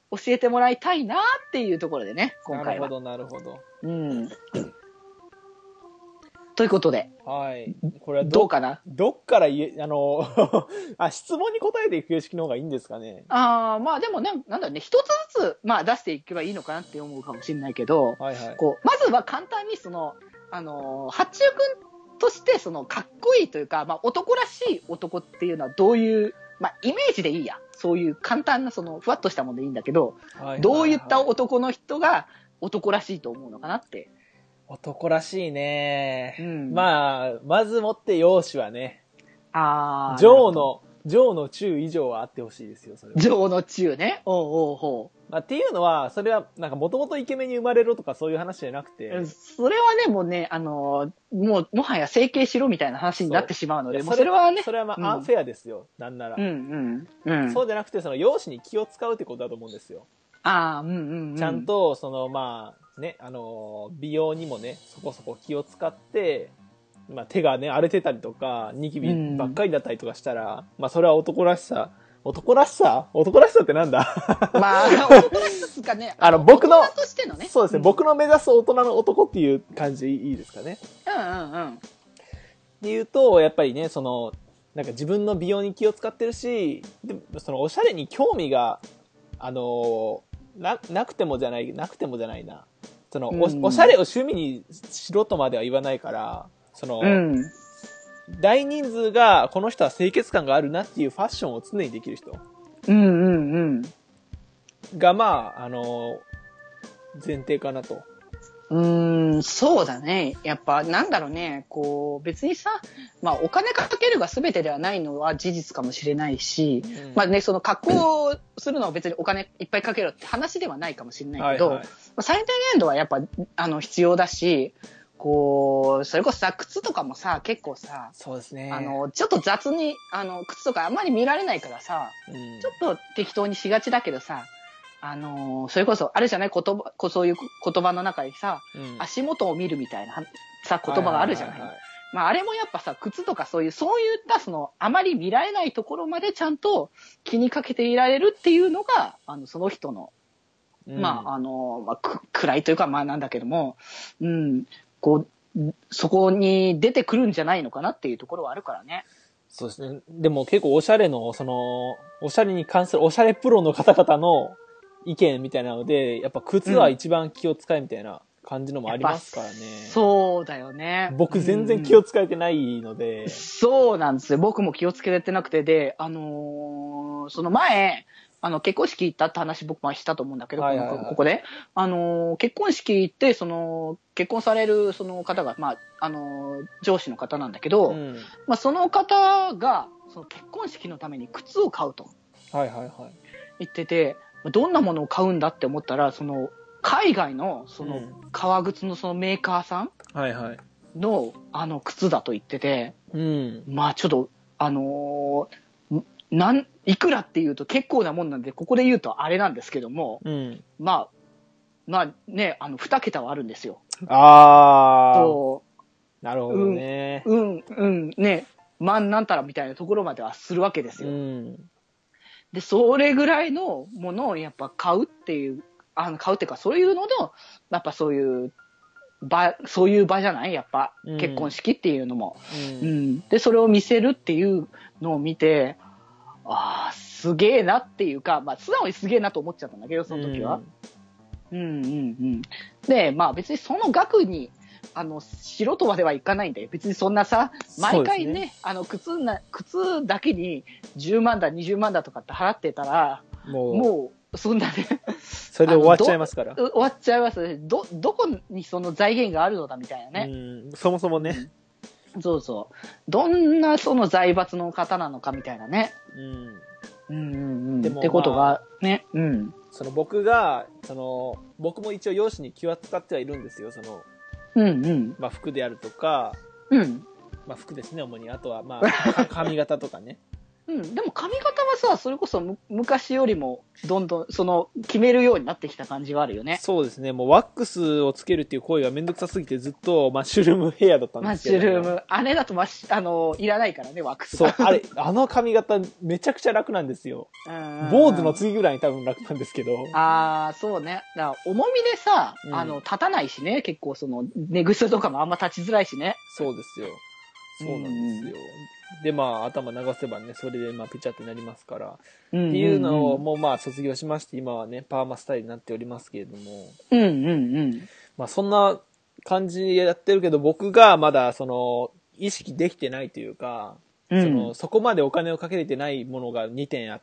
教えてもらいたいなっていうところでね、今回は。 なるほど、なるほど。 うん。ということで。 はい。これはど、 どうかなどっから言え、あの、あ、質問に答えていく形式の方がいいんですかね。 ああ、まあでもね、なんだろうね、一つずつ、まあ出していけばいいのかなって思うかもしれないけど、 はいはい。 こう、まずは簡単にその、あのー、八中君としてその、かっこいいというか、まあ男らしい男っていうのはどういう、まあイメージでいいや。そういう簡単なその、ふわっとしたものでいいんだけど、 はいはいはい、 どういった男の人が男らしいと思うのかなって。 男らしいね、 うん、 まあまずもって容姿はね、 ああ、 上の上の中以上はあってほしいですよ。それは上の中ね。おうおうほう。 まあ、っていうのはそれはなんかもともとイケメンに生まれろとかそういう話じゃなくて、 それはねもうねあのもうもはや整形しろみたいな話になってしまうので、もうそれはねそれはまあアンフェアですよ、うん、なんなら、 うんうんうん、 そうじゃなくてその容姿に気を使うってことだと思うんですよ。 ああ、うんうんうん、 ちゃんとそのまあね、あの美容にもねそこそこ気を使って、まあ、手がね荒れてたりとかニキビばっかりだったりとかしたら、うん、まあそれは男らしさ男らしさ男らしさってなんだまあ男らしさですかね。 あの僕のとしてのね、 そうですね、うん、僕の目指す大人の男っていう感じでいいですかね。 うんうんうん。 っていうとやっぱりねそのなんか自分の美容に気を使ってるし、でそのおしゃれに興味があのな, なくてもじゃないなくてもじゃないなその お,、うん、おしゃれを趣味にしろとまでは言わないからその、うん、大人数がこの人は清潔感があるなっていうファッションを常にできる人、 うんうんうん、 がまああの前提かなと。 うーん、そうだね。やっぱなんだろうね、こう別にさ、まあお金かけるが全てではないのは事実かもしれないし、うん、まあねその加工するのは別にお金いっぱいかけろって話ではないかもしれないけど、はいはい、まあ、最低限度はやっぱあの必要だし、こうそれこそさ靴とかもさ結構さ、 そうですね。 あのちょっと雑にあの靴とかあんまり見られないからさ、うん、ちょっと適当にしがちだけどさ。あのー、それこそ、あれじゃない言葉、そういう言葉の中にさ、うん、足元を見るみたいなさ、言葉があるじゃない。まあ、あれもやっぱさ、靴とかそういう、そういったその、あまり見られないところまでちゃんと気にかけていられるっていうのが、あの、その人の、うん、まあ、あの、まあ、く、暗いというか、まあなんだけども、うん、こう、そこに出てくるんじゃないのかなっていうところはあるからね。 そうですね。でも結構おしゃれの、その、おしゃれに関するおしゃれプロの方々の、意見みたいなのでやっぱ靴は一番気を使えみたいな感じのもありますからね、うん、 そうだよね。 僕全然気を使えてないので、うん、 そうなんですよ。僕も気をつけてなくてで、あのー、その前あの結婚式行ったって話僕もしたと思うんだけど、はいはいはい、ここであのー、結婚式行ってその結婚されるその方がまああのー、上司の方なんだけど、うん、まあその方がその結婚式のために靴を買うと、 はいはいはい、 言ってて。どんなものを買うんだって思ったら、その海外のその革靴のそのメーカーさんのあの靴だと言ってて、うん、まあちょっとあのー、なんいくらっていうと結構なもんなんでここで言うとあれなんですけども、うん、まあまあねあのに桁はあるんですよ。 ああ、そうなるほどね。 うんうんうんね万なんたらみたいなところまではするわけですよ。うんで、それぐらいのものをやっぱ買うっていう、あの、買うっていうか、そういうのの、やっぱそういう場、そういう場じゃないやっぱ、うん、結婚式っていうのも、うん、うん。で、それを見せるっていうのを見て、ああ、すげえなっていうか、まあ、素直にすげえなと思っちゃったんだけど、その時は。うん、うん、うんうん。で、まあ別にその額に、あの、素人まではいかないんだよ。別にそんなさ、毎回 ね, ね、あの、靴な、靴だけにじゅうまんだ、にじゅうまんだとかって払ってたら、もう、もうそんなね。 それで終わっちゃいますから。 終わっちゃいますね。ど、どこにその財源があるのだみたいなね。 うん、そもそもね、 うん。そうそう。どんなその財閥の方なのかみたいなね。うん。うんうんうん。でも、ってことがね、うん。 その僕が、その、僕も一応容姿に気は使ってはいるんですよ、その、 うんうん。 まあ服であるとか、 うん。 まあ服ですね、主に。あとはまあ髪型とかね。 うん、でも髪型はさ、それこそむ昔よりもどんどんその決めるようになってきた感じはあるよね。 そうですね。もうワックスをつけるっていう行為がめんどくさすぎてずっとマッシュルームヘアだったんマッですけど。 シュルーム。あれだとマッシュ、あの、いらないからね、ワックスそうが。、 あれ、あの髪型めちゃくちゃ楽なんですよ。 うん坊主の次ぐらいに多分楽なんですけど。 ああ、そうね。だから重みでさ、 うんあの、立たないしね。結構その、寝癖とかもあんま立ちづらいしね。 そうですよ。そうなんですよ。で、まあ、頭流せばね、それで、まあ、ピチャってなりますから。 うんうんうん、 っていうのを、もうまあ、卒業しまして、今はね、パーマスタイルになっておりますけれども。 うんうんうん。 まあ、そんな感じでやってるけど、僕がまだ、その、意識できてないというか、 うん、 その、そこまでお金をかけれてないものがにてんあって、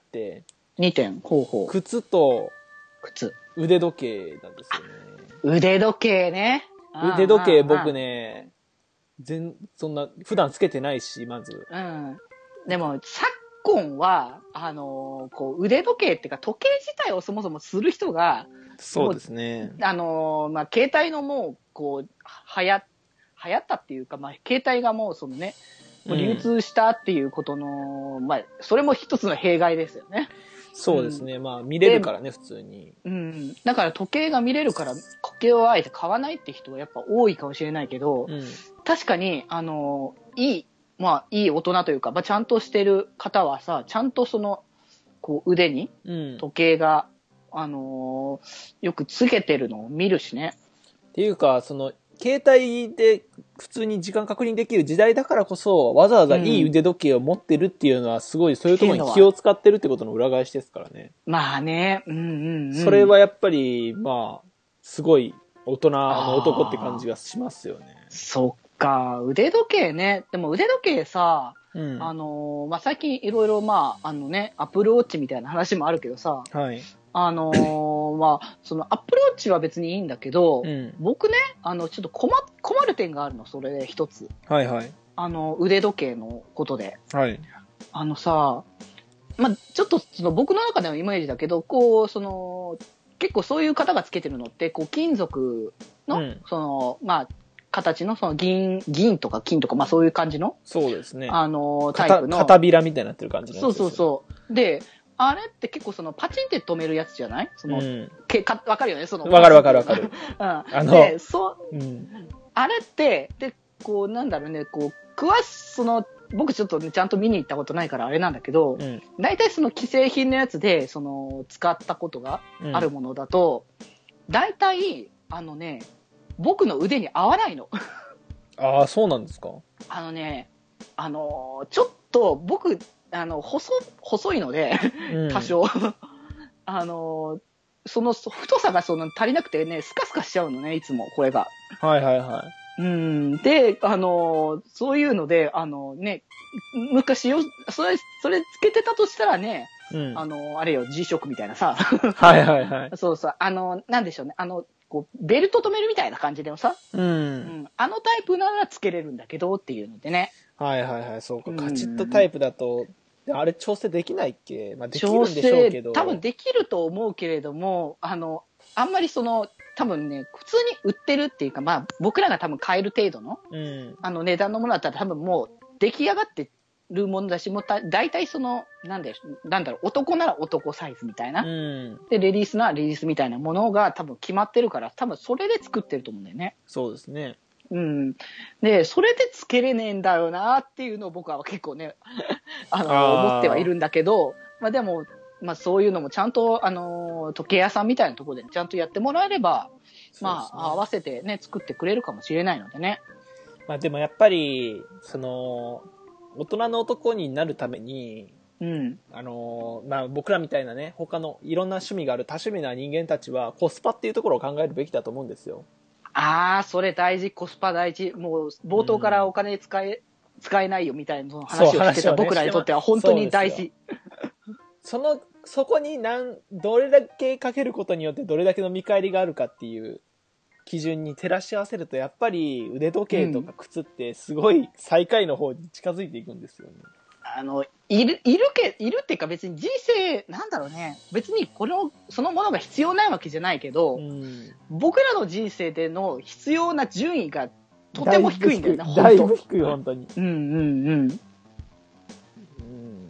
にてん、ほうほう。 靴と靴。 腕時計なんですよね。 腕時計ね。 腕時計あー僕。ね、全、そんな、普段つけてないし、まず。 あーうん。でも、昨今は、あのーこう、腕時計っていうか、時計自体をそもそもする人が、 そうですね。 あのーまあ、携帯のもう、こう、はや、流行ったっていうか、まあ、携帯がもうそのね、もう流通したっていうことの、まあ、それも一つの弊害ですよね。 そうですね。まあ、見れるからね、普通に。 うん。だから時計が見れるから、時計をあえて買わないって人はやっぱ多いかもしれないけど、 うん。 確かに、あの、いい、まあ、いい大人というか、まあ、ちゃんとしてる方はさ、ちゃんとその、こう、腕にうん。っ時計が、あのーよくつけてるのを見るしね。 ていうか、その、携帯で普通に時間確認できる時代だからこそ、わざわざいい腕時計を持ってるっていうのは、すごいそういうところに気を使ってるってことの裏返しですからね。 まあね、うんうん、うん。 それはやっぱり、まあ、すごい大人の男って感じがしますよね。 そっか、腕時計ね。でも腕時計さ、 うん。 あのーまあ、最近いろいろまあ、あのね、アップルウォッチみたいな話もあるけどさ、 はい。 あのーまあ、そのアップルウォッチは別にいいんだけど、 うん。 僕ね、あの、ちょっと困、困る点があるの、それで一つ。 はいはい。 あの、腕時計のことで。 はい。 あのさ、まあ、ちょっとその僕の中でのイメージだけど、こう、その、結構そういう方がつけてるのって、こう、金属の、 うんその、まあ、形の、その銀、銀とか金とか、まあそういう感じの、 そうですね。 あの、タイ片プの。 片びらみたいになってる感じのやつそうですよ。 そうそう。で、あれって結構そのパチンって止めるやつじゃないその、 うん。 けかわかるよねその。 わかるわかるわかる。 うん。 あので、そう、 うん。 あれって、で、こう、なんだろうね、こう、詳し、その、僕ちょっとね、ちゃんと見に行ったことないからあれなんだけど、 うん。 大体その既製品のやつで、その、使ったことがあるものだと、大体、あのね、僕の腕に合わないの。 ああ、そうなんですか。 あのね、あの、ちょっと僕、あの、細、細いので、 うん多少。あの、その太さがその足りなくてね、スカスカしちゃうのね、いつも、これが。 はいはいはうん。で、あの、そういうので、あのね、昔よ、それ、それつけてたとしたらね、 い。うん。 あの、あれよ、G ショックみたいなさ。 はいはいはい。 そうそう、あの、なんでしょうね、あの、こう、ベルト止めるみたいな感じでもさ、 う。 うんん。あのタイプならつけれるんだけどっていうのでね。 はいはいはい。そうか。 うんカチッとタイプだと、あれ調整できないっけ？まあできる調んでしょうけ整、 ど。 多分できると思うけれども、あの、あんまりその、多分ね、普通に売ってるっていうか、まあ、僕らが多分買える程度の、 うん。 あの値段のものだったら多分もう出来上がってるものだし、もうた大体その、なんで、なんだろう、男なら男サイズみたいな。 うん。 で、レディースならレディースみたいなものが多分決まってるから、多分それで作ってると思うんだよね。 そうですね。 うん。で、それでつけれねえんだよなっていうのを僕は結構ね、あの、 あー思ってはいるんだけど、まあでも、まあそういうのもちゃんと、あの、時計屋さんみたいなところでちゃんとやってもらえれば、まあ、 そうですね合わせてね、作ってくれるかもしれないのでね。 まあでもやっぱり、その、大人の男になるために、 うん。 あのまあ僕らみたいなね、他のいろんな趣味がある多趣味な人間たちはコスパっていうところを考えるべきだと思うんですよ。 ああ、それ大事、コスパ大事。もう、冒頭からお金使え、使えないよみたいなその話をしてた僕らにとっては本当に大事。 その、そこに何、どれだけかけることによってどれだけの見返りがあるかっていう基準に照らし合わせると、やっぱり腕時計とか靴ってすごい最下位の方に近づいていくんですよね。 あの、いる、いるけ、いるっていうか別に人生、なんだろうね。別にこの、そのものが必要ないわけじゃないけど、 うん、 僕らの人生での必要な順位がとても低いんだよね、 だい本当。 ぶ低い、本当に。 うんうんうん。 うん、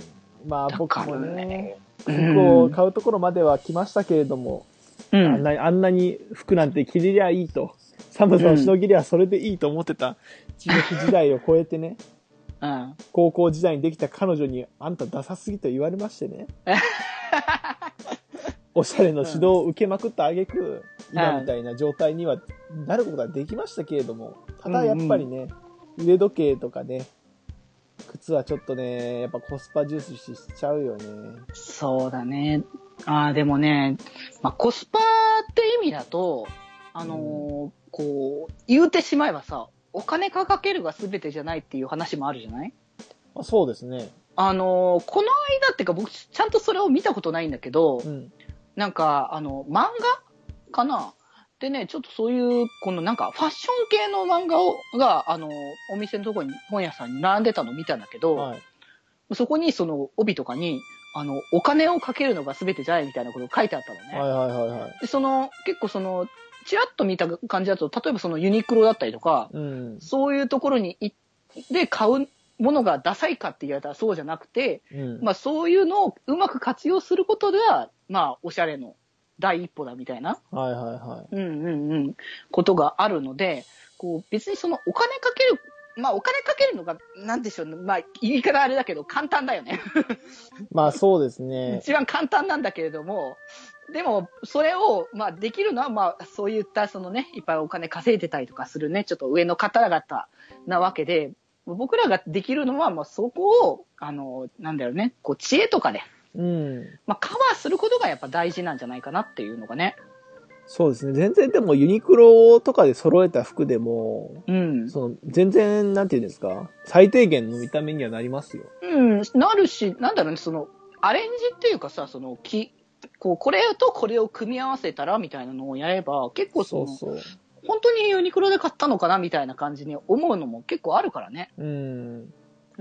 まあ僕もね、 う服を買うところまでは来ましたけれども、 ん、 あんなあんなに服なんて着れりゃいいと、寒さをしのぎりゃそれでいいと思ってた中学時代を超えてね、 うん、 高校時代にできた彼女にあんたダサすぎと言われましてね。おしゃれの指導を受けまくった挙句、今みたいな状態にはなることができましたけれども、ただやっぱりね、腕時計とかね、靴はちょっとね、やっぱコスパ重視しちゃうよね。 そうだね。ああ、でもね、まあ、コスパって意味だと、あのーうん、こう、言うてしまえばさ、お金かけるが全てじゃないっていう話もあるじゃない？ あ、そうですね。 あのー、この間っていうか僕ちゃんとそれを見たことないんだけど、うん、なんか、あの、漫画かなでね、ちょっとそういう、このなんかファッション系の漫画を、が、あの、お店のところに本屋さんに並んでたのを見たんだけど、はい、そこにその帯とかに、あの、お金をかけるのが全てじゃないみたいなことが書いてあったのね。 はいはいはいはい。 で、その、結構その、ちらっと見た感じだと、例えばそのユニクロだったりとか、うん、そういうところに行って買うものがダサいかって言われたらそうじゃなくて、うん、まあそういうのをうまく活用することでは、まあおしゃれの第一歩だみたいな。 はいはいはい。 うんうんうん。ことがあるので、こう別にそのお金かける、まあお金かけるのが、なんでしょうね。まあ言い方あれだけど簡単だよね。 まあそうですね。 一番簡単なんだけれども、でもそれを、まあできるのは、まあそういったそのね、いっぱいお金稼いでたりとかするね、ちょっと上の方々なわけで、僕らができるのは、まあそこを、あの、なんだろうね、こう知恵とかで、うん。まあカバーすることがやっぱ大事なんじゃないかなっていうのがね。 そうですね。全然でもユニクロとかで揃えた服でも、うん。その、全然、なんていうんですか、最低限の見た目にはなりますよ。 うん、なるし、なんだろうね、その、アレンジっていうかさ、その、き、こう、これとこれを組み合わせたらみたいなのをやれば、結構その、そうそう。本当にユニクロで買ったのかなみたいな感じに思うのも結構あるからね。うん。うん。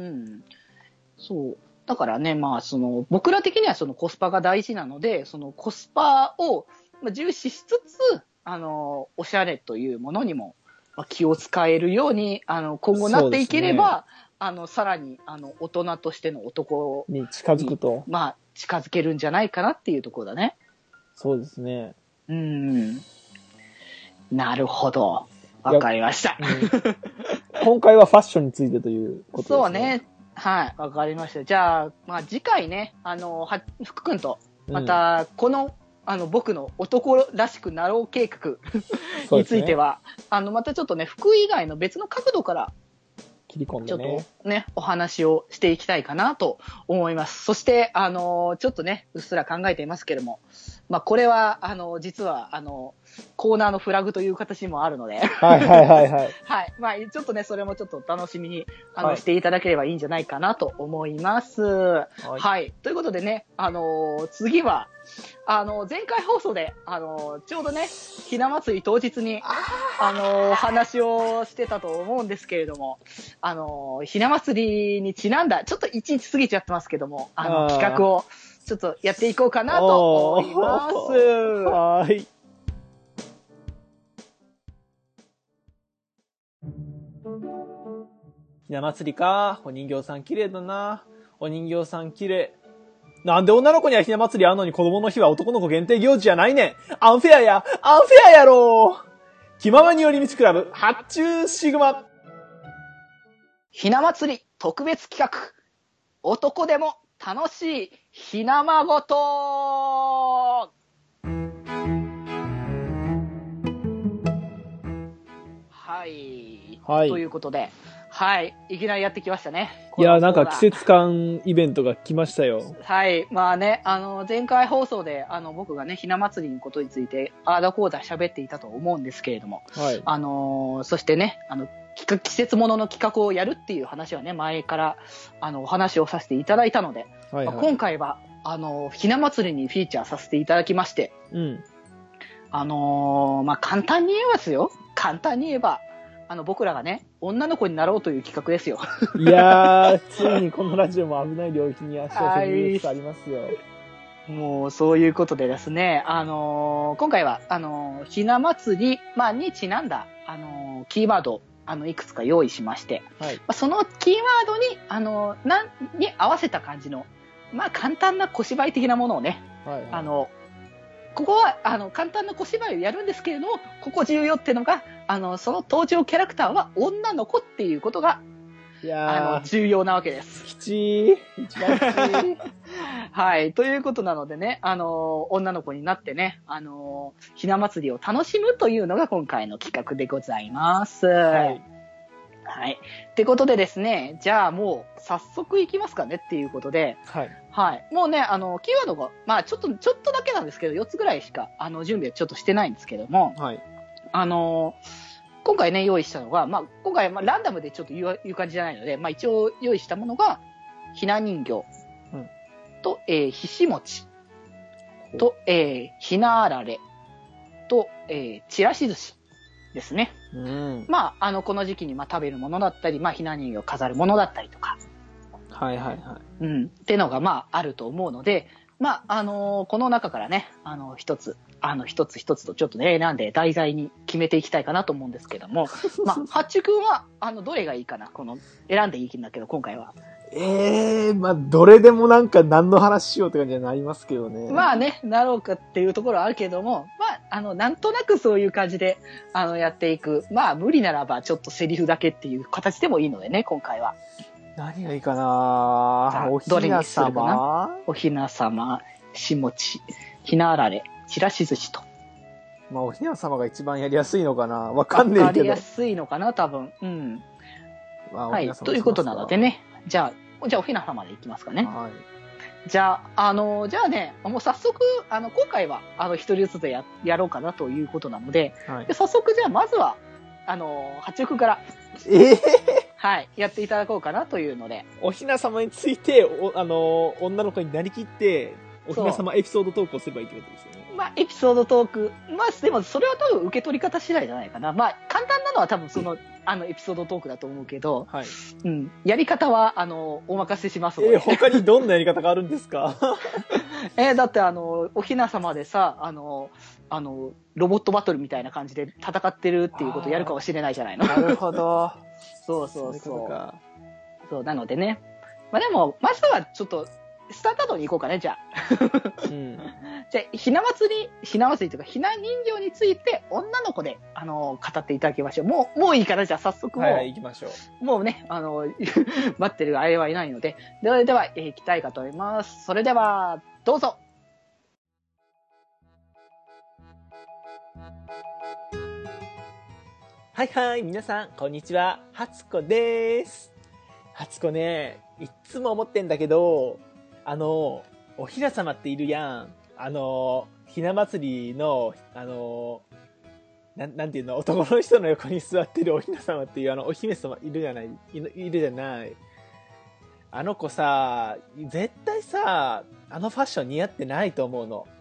そう。だからね、まあ、その、僕ら的にはそのコスパが大事なので、そのコスパを重視しつつ、あの、おしゃれというものにも気を使えるように、あの、今後なっていければ、ね、あの、さらに、あの、大人としての男に近づくと。 まあ、近づけるんじゃないかなっていうところだね。 そうですね。 うん。なるほど。わかりました、 うん。今回はファッションについてということですね。 そうね。はい。わかりました。じゃあ、まあ次回ね、あの、は、福くんと、また、この、うん、あの、僕の男らしくなろう計画については、ね、あの、またちょっとね、服以外の別の角度から、 切り込んでね。 ちょっとね、お話をしていきたいかなと思います。そして、あの、ちょっとね、うっすら考えていますけれども、まあ、これは、あの、実は、あの、コーナーのフラグという形もあるので。 はいはいはいはい。 はい。まあ、ちょっとね、それもちょっと楽しみに、あの、はい、していただければいいんじゃないかなと思います。はい。はい、ということでね、あの、次は、あの、前回放送で、あの、ちょうどね、ひな祭り当日に、あの、お話をしてたと思うんですけれども、あの、ひな祭りにちなんだ、ちょっと一日過ぎちゃってますけども、あの、企画を、ちょっとやっていこうかなと思います。 はい。ひな祭りか。お人形さん綺麗だな。お人形さん綺麗。なんで女の子にはひな祭りあんのに子供の日は男の子限定行事じゃないねん。アンフェアや、アンフェアやろ。気ままに寄り道クラブ、発注シグマ。 ひな祭り特別企画。男でも楽しいひなまごと。はい。はい。ということで。はい。いきなりやってきましたね。 いや、なんか季節感イベントが来ましたよ。 はい。まあね、あの、前回放送で、あの、僕がね、ひな祭りのことについて、あーだこーだ喋っていたと思うんですけれども、はい。あのー、そしてね、あの、季節ものの企画をやるっていう話はね、前から、あの、お話をさせていただいたので、はいはい、まあ、今回は、あの、ひな祭りにフィーチャーさせていただきまして、うん。あのー、まあ、簡単に言えますよ。簡単に言えば、あの、僕らがね、女の子になろうという企画ですよ。 いやー、ついにこのラジオも危ない領域に足を踏み入れつつありますよ。 もう、そういうことでですね、あのー、今回は、あのー、ひな祭り、まあ、にちなんだ、あのー、キーワード、あの、いくつか用意しまして、はい、まあ、そのキーワードに、あのー、なん、に合わせた感じの、 まあ簡単な小芝居的なものをね、 はいはい、 あの、ここは、あの、簡単な小芝居をやるんですけれども、ここ重要っていうのが、あの、その登場キャラクターは女の子っていうことが、 いやあの、重要なわけです。 きちい。一番きちい。 はい。ということなのでね、あの、女の子になってね、あの、ひな祭りを楽しむというのが今回の企画でございます。はい。はい。ってことでですね、じゃあもう早速いきますかねっていうことで、 はい。 はい。もうね、あの、キーワードが、まあちょっと、ちょっとだけなんですけど、よっつぐらいしか、あの、準備はちょっとしてないんですけども、 はい。 あの、今回ね、用意したのが、まあ今回、まあランダムでちょっと言う、言う感じじゃないので、まあ一応用意したものが、ひな人形、うん、と、えー、ひし餅、と、えー、ひなあられ、と、えー、ちらし寿司。ですね。うん、まあ、あの、この時期にまあ食べるものだったり、まあ、ひな人形を飾るものだったりとか。 はいはいはい。 うん。っていうのがまあ、あると思うので、まあ、あのー、この中からね、あの、一つ、あの、一つ一つとちょっとね、選んで題材に決めていきたいかなと思うんですけども、まあ、ハッチュ君は、あの、どれがいいかな、この、選んでいいんだけど、今回は。 ええー、まあ、どれでもなんか何の話しようって感じになりますけどね。 まあね、なろうかっていうところはあるけども、まあ、あの、なんとなくそういう感じで、あの、やっていく。まあ、無理ならば、ちょっとセリフだけっていう形でもいいのでね、今回は。 何がいいかなおひなさまおひなさま、しもち、ひなあられ、ちらし寿司と。 まあ、おひなさまが一番やりやすいのかなわかんねえけど。 やりやすいのかな多分。うん。まあ、はい。ということなのでね。じゃあ、じゃあおひなさまでいきますかね。はい。じゃあ、あの、じゃあね、もう早速、あの、今回は、あの、一人ずつでや、やろうかなということなので、はい、で早速、じゃあ、まずは、あの、八中君から。 ええー、 はい。やっていただこうかなというので。 おひなさまについて、お、あの、女の子になりきって、おひなさまエピソードトークをすればいいってことですよね。 まあ、エピソードトーク。まあ、でも、それは多分受け取り方次第じゃないかな。まあ、簡単なのは多分その、あの、エピソードトークだと思うけど、はい。うん。やり方は、あの、お任せしますので。 えー、他にどんなやり方があるんですかえー、だって、あの、おひなさまでさ、あの、あの、ロボットバトルみたいな感じで戦ってるっていうことをやるかもしれないじゃないの。 なるほど。 そうそうそう。そう、なのでね。まあでも、まずはちょっと、スタンダードに行こうかね、じゃあ。うん、じゃあ、ひな祭り、ひな祭りというか、ひな人形について、女の子で、あの、語っていただきましょう。もう、もういいから、じゃあ、早速もう。 はい、はい、行きましょう。もうね、あの、待ってるあれはいないので。では、では、えー、行きたいかと思います。それでは、どうぞ。 はいはい、皆さん、こんにちは。はつこです。はつこね、いっつも思ってんだけど、あの、おひなさまっているやん。あの、ひな祭りの、あの、ななんていうの、男の人の横に座ってるおひなさまっていうあの、お姫様いるじゃない、いるいるじゃない。あの子さ、絶対さ、あのファッション似合ってないと思うの。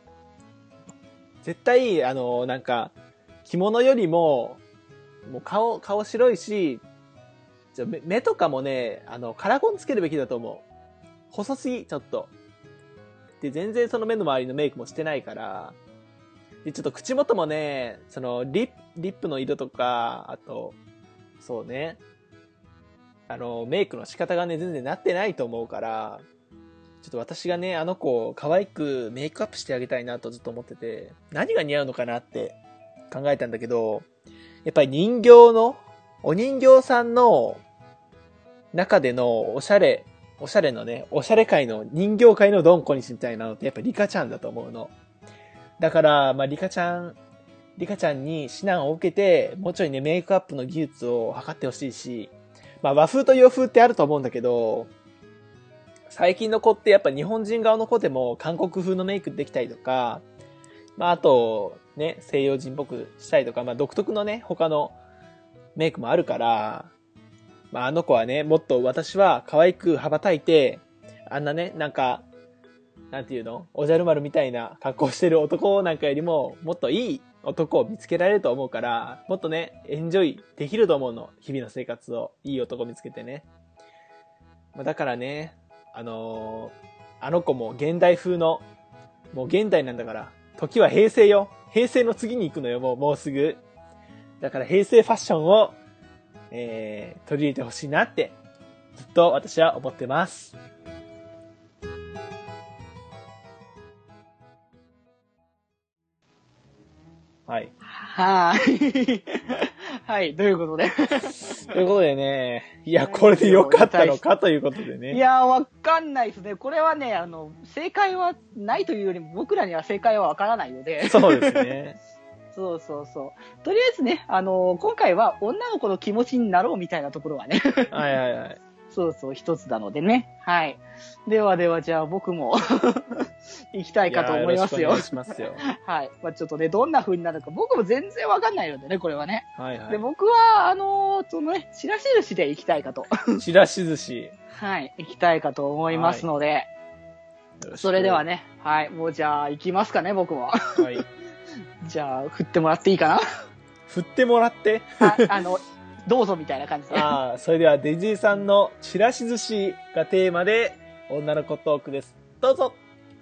絶対、あの、なんか、着物よりも、もう顔、顔白いし、目, 目とかもね、あの、カラコンつけるべきだと思う。細すぎ、ちょっと。で、全然その目の周りのメイクもしてないから。で、ちょっと口元もね、その、リップ、リップの色とか、あと、そうね。あの、メイクの仕方がね、全然なってないと思うから、ちょっと私がね、あの子を可愛くメイクアップしてあげたいなとずっと思ってて、何が似合うのかなって考えたんだけど、やっぱり人形の、お人形さんの中でのおしゃれ、おしゃれのね、おしゃれ界の人形界のドンコニシみたいなのってやっぱリカちゃんだと思うの。だから、まあリカちゃん、リカちゃんに指南を受けて、もうちょいね、メイクアップの技術を測ってほしいし、まあ和風と洋風ってあると思うんだけど、最近の子ってやっぱ日本人側の子でも韓国風のメイクできたりとか、まああと、ね、西洋人っぽくしたりとか、まあ独特のね、他のメイクもあるから、まああの子はね、もっと私は可愛く羽ばたいて、あんなね、なんか、なんていうの？おじゃる丸みたいな格好してる男なんかよりも、もっといい男を見つけられると思うから、もっとね、エンジョイできると思うの。日々の生活を。いい男見つけてね。まあ、だからね、あのー、あの子も現代風の、もう現代なんだから、時は平成よ。平成の次に行くのよ、もう、もうすぐ。だから平成ファッションを、えー、取り入れてほしいなって、ずっと私は思ってます。 はい。はい、ということで。 ということでね、いや、これで良かったのかということでね。 いや、わかんないですね。これはね、あの、正解はないというよりも、僕らには正解はわからないので。 そうですね。 そうそうそう。とりあえずね、あの、今回は女の子の気持ちになろうみたいなところはね。 はいはいはい。 そうそう、一つなのでね。はい。ではでは、じゃあ僕も行きたいかと思いますよ。 よろしくお願いしますよ。 はい。まあちょっとね、どんな風になるか、僕も全然わかんないのでね、これはね。 はいはい。 で、僕は、あのー、そのね、ちらし寿司で行きたいかと。 ちらし寿司。 はい。行きたいかと思いますので。はい、それではね、はい。もうじゃあ、行きますかね、僕も。はい。じゃあ、振ってもらっていいかな。 振ってもらってあ、あの、どうぞみたいな感じで。 ああ、それではデジーさんのちらし寿司がテーマで女の子トークです。どうぞ。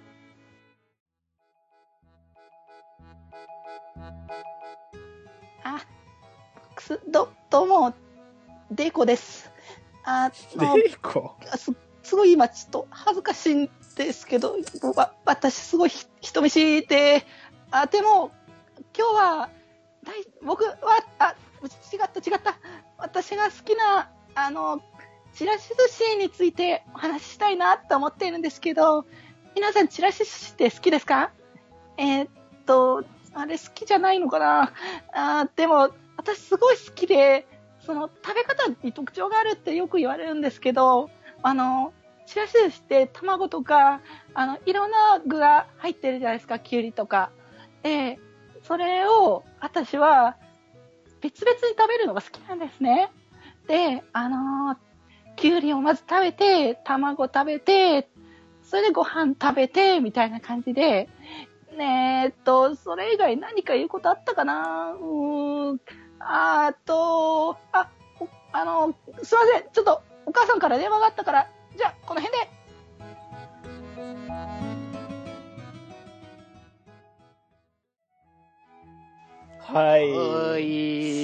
あ、す、ど、どうも、デイコです。あの、 デイコす、すごい今ちょっと恥ずかしいんですけど、わ、私すごい人見知りで、あ、でも、今日は、だい僕は、あ、違った違った。私が好きな、あの、ちらし寿司についてお話ししたいなと思っているんですけど、皆さんちらし寿司って好きですか？えー、っと、あれ好きじゃないのかなあ？でも、私すごい好きで、その食べ方に特徴があるってよく言われるんですけど、あの、ちらし寿司って卵とか、あの、いろんな具が入ってるじゃないですか、きゅうりとか。で、それを私は別々に食べるのが好きなんですね。で、あのー、きゅうりをまず食べて、卵食べて、それでご飯食べて、みたいな感じで、ねえっと、それ以外何か言うことあったかなうーん、あと、あ、あの、すいません、ちょっとお母さんから電話があったから、じゃあ、この辺で。 はい。 はい、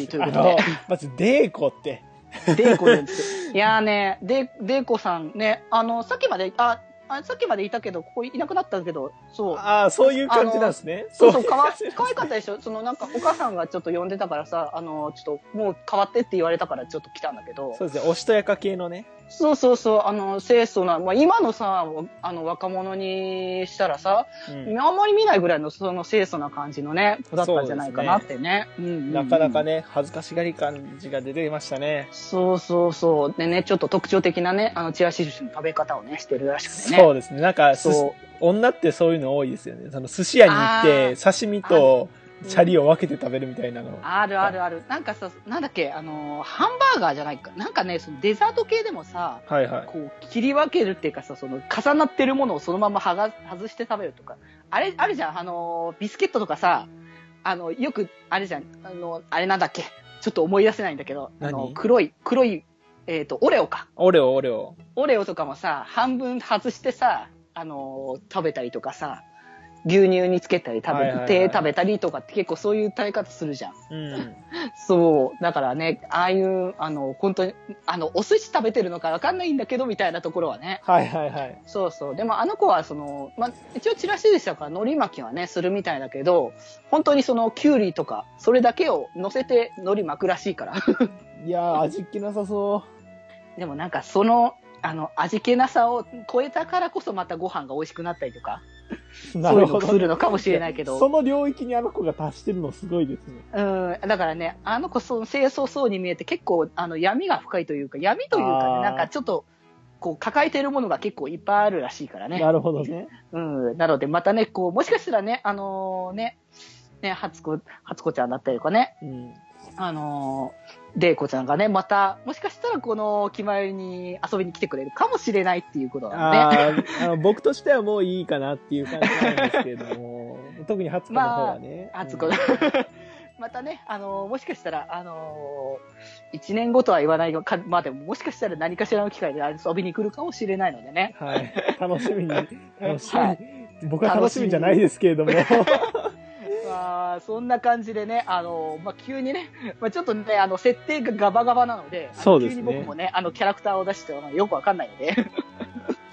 ということで。 まず、デーコって。 デーコです。いやーね、デーコさんね、あの、さっきまで、あ、あさっきまでいたけど、ここいなくなったけど、そう。 ああ、そういう感じなんですね。 そうそう、かわ、かわいかったでしょ。そのなんか、お母さんがちょっと呼んでたからさ、あの、ちょっと、もう変わってって言われたからちょっと来たんだけど。 そうですね、おしとやか系のね。 そうそうそう、あの、清楚な、まあ、今のさ、あの、若者にしたらさ、うん、あんまり見ないぐらいの、その清楚な感じのね、子だったんじゃないかなってね。うんうんうん、 なかなかね、恥ずかしがり感じが出てましたね。 そうそうそう。でね、ちょっと特徴的なね、あの、ちらし寿司の食べ方をね、してるらしくてね。 そうですね、なんか、そう女ってそういうの多いですよね。その寿司屋に行って、刺身と、シャリを分けて食べるみたいなの。 あるあるある。なんかさ、なんだっけ、あの、ハンバーガーじゃないか。なんかね、そのデザート系でもさ、 はいはい。 こう、切り分けるっていうかさ、その、重なってるものをそのままはが外して食べるとか。あれ、あるじゃん。あの、ビスケットとかさ、あの、よく、あれじゃん。あの、あれなんだっけ。ちょっと思い出せないんだけど、あの、黒い、黒い、えっと、オレオか。 オレオ、オレオ。 オレオとかもさ、半分外してさ、あの、食べたりとかさ、牛乳につけたり食べて、はいはいはい、食べたりとかって結構そういう食べ方するじゃん。うん、そう。だからね、ああいう、あの、本当に、あの、お寿司食べてるのかわかんないんだけど、みたいなところはね。 はいはいはい。 そうそう。でもあの子は、その、まあ、一応チラシでしたから、海苔巻きはね、するみたいだけど、本当にその、キュウリとか、それだけを乗せて海苔巻くらしいから。 いやー、味気なさそう。 でもなんか、その、あの、味気なさを超えたからこそまたご飯が美味しくなったりとか。そういうのするのかもしれないけど。 その領域にあの子が達してるのすごいですね。 うん。だからね、あの子、その清楚そうに見えて結構、あの、闇が深いというか、闇というかね、なんかちょっと、こう、抱えているものが結構いっぱいあるらしいからね。 なるほどね。 うん。なので、またね、こう、もしかしたらね、あのー、ね、ね、初子、初子ちゃんだったりとかね。うん。あのー、デイコちゃんがね、また、もしかしたらこの決まりに遊びに来てくれるかもしれないっていうことなので、ね。 ああの僕としてはもういいかなっていう感じなんですけれども、特に初子の方はね。 まあ、初子、うん、またね、あのー、もしかしたら、あのー、一年後とは言わないか、まあでももしかしたら何かしらの機会で遊びに来るかもしれないのでね。 はい。楽しみに、楽しみに。はい、僕は楽しみじゃないですけれども。 まあ、そんな感じでね、あの、まあ、急にね、まあ、ちょっとね、あの、設定がガバガバなので、 そうですね。 急に僕もね、あの、キャラクターを出してよくわかんないので。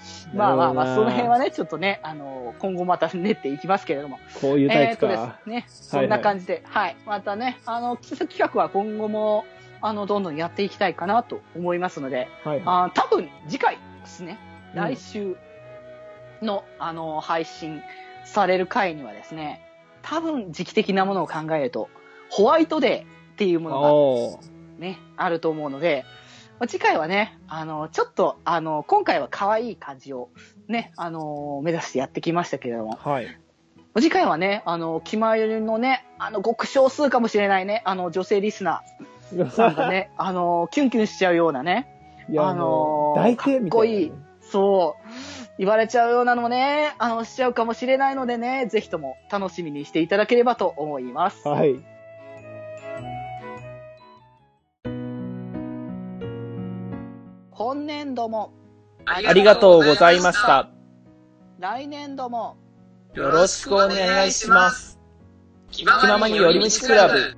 まあまあまあ、その辺はね、ちょっとね、あの、今後また練っていきますけれども。 こういうタイプか。 えー、っとですね、そんな感じで、はい、はい。またね、あの、企画は今後も、あの、どんどんやっていきたいかなと思いますので、はいはい、あ多分次回ですね、来週の、うん、あの、配信される回にはですね、多分時期的なものを考えると、ホワイトデーっていうものがね、あると思うので、次回はね、あの、ちょっと、あの、今回は可愛い感じをね、あの、目指してやってきましたけれども、はい。次回はね、あの、気前よりのね、あの、極少数かもしれないね、あの、女性リスナーさんがね、あの、キュンキュンしちゃうようなね、あの、大抵みたいな、ね、かっこいい、そう、言われちゃうようなのもね、あの、しちゃうかもしれないのでね、ぜひとも楽しみにしていただければと思います。はい。今年度もありがとうございました。 来年度もよろしくお願いします。気ままに寄り道クラブ。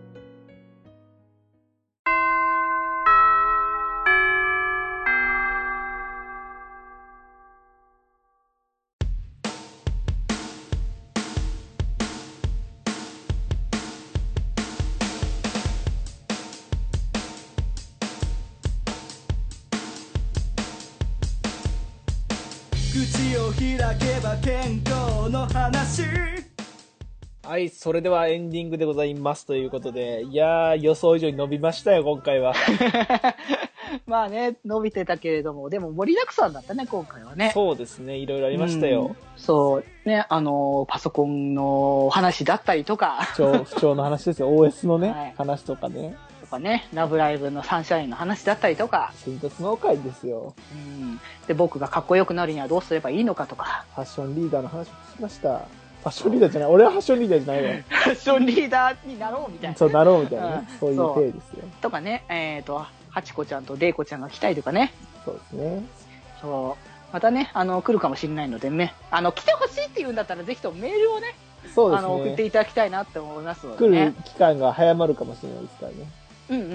口を開けば健康の話。はい、それではエンディングでございますということで、いやー予想以上に伸びましたよ今回は。 まあね、伸びてたけれども、でも盛りだくさんだったね今回はね。 そうですね、いろいろありましたよ。 うん、そうね、あのパソコンの話だったりとか、 不調不調の話ですよ。オーエス のね、はい、話とかね。 とかね、ラブライブのサンシャインの話だったりとか、 新突農会ですよ。 うん。で、僕がかっこよくなるにはどうすればいいのかとか。 ファッションリーダーの話をしました。ファッションリーダーじゃない、俺はファッションリーダーじゃないわ。 ファッションリーダーになろうみたいな。 そう、なろうみたいなね。うん、そういう体ですよ。 とかね、えっと、ハチコちゃんとレイコちゃんが来たりとかね。 そうですね。 そう。またね、あの、来るかもしれないのでね、あの、来てほしいって言うんだったら、ぜひともメールをね、 そうですね。 あの、送っていただきたいなって思いますのでね。 来る期間が早まるかもしれないですからね。 うんうんうん。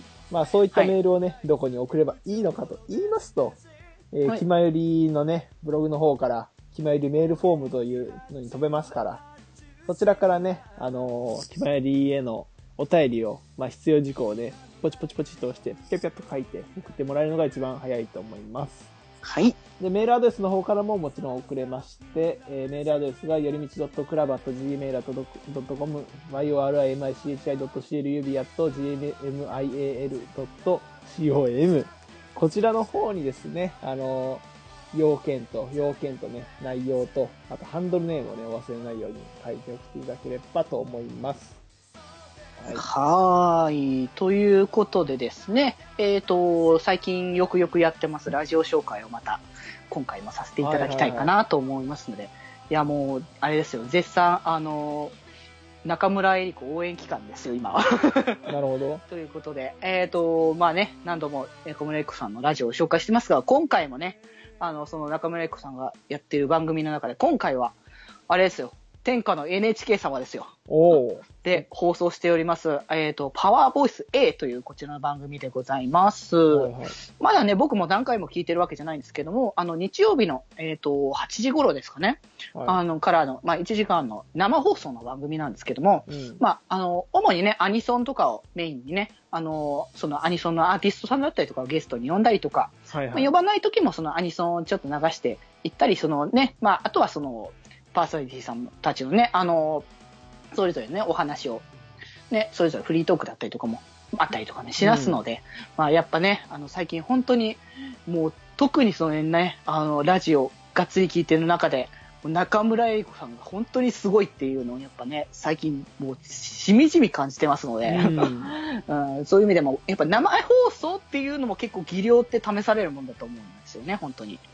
まあ、そういったメールをね、はい、どこに送ればいいのかと言いますと、えー、はい、気まよりのね、ブログの方から、気まよりメールフォームというのに飛べますから、そちらからね、あのー、気まよりへのお便りを、まあ、必要事項で、ポチポチポチと押して、ピャピャッと書いて送ってもらえるのが一番早いと思います。 はい。 で、メールアドレスの方からももちろん送れまして、えー、メールアドレスがよりみち .club アット ジーメール ドットコム、yorimichi.club アット ジーエムアイエーエル ドットコム、こちらの方にですね、あのー、要件と、要件とね、内容と、あとハンドルネームをね、お忘れないように書いておきていただければと思います。 はい、はーい。ということでですね、えっと、最近よくよくやってますラジオ紹介をまた今回もさせていただきたいかなと思いますので、はいはいはい、いやもう、あれですよ、絶賛、あの、中村江里子応援期間ですよ、今は。 なるほど。 ということで、えっと、まあね、何度も中村江里子さんのラジオを紹介してますが、今回もね、あの、その中村江里子さんがやっている番組の中で、今回は、あれですよ、天下の エヌエイチケー 様ですよ。 おで、放送しております、えっと、パワーボイス A というこちらの番組でございます。はいはい、まだね、僕も何回も聞いてるわけじゃないんですけども、あの、日曜日の、えっと、はちじ頃ですかね。はい、あの、からの、まあ、いちじかんの生放送の番組なんですけども、うん、まあ、あの、主にね、アニソンとかをメインにね、あの、そのアニソンのアーティストさんだったりとかをゲストに呼んだりとか、はいはい、まあ、呼ばない時もそのアニソンをちょっと流していったり、そのね、まあ、あとはその、パーソナリティさんたちのね、あの、それぞれね、お話を、ね、それぞれフリートークだったりとかもあったりとかね、しますので、うん、まあやっぱね、あの、最近本当に、もう特にそのね、あの、ラジオがっつり聞いてる中で、中村江里子さんが本当にすごいっていうのをやっぱね、最近もうしみじみ感じてますので、うんうん、そういう意味でも、やっぱ生放送っていうのも結構技量って試されるもんだと思うんですよね、本当に。うん。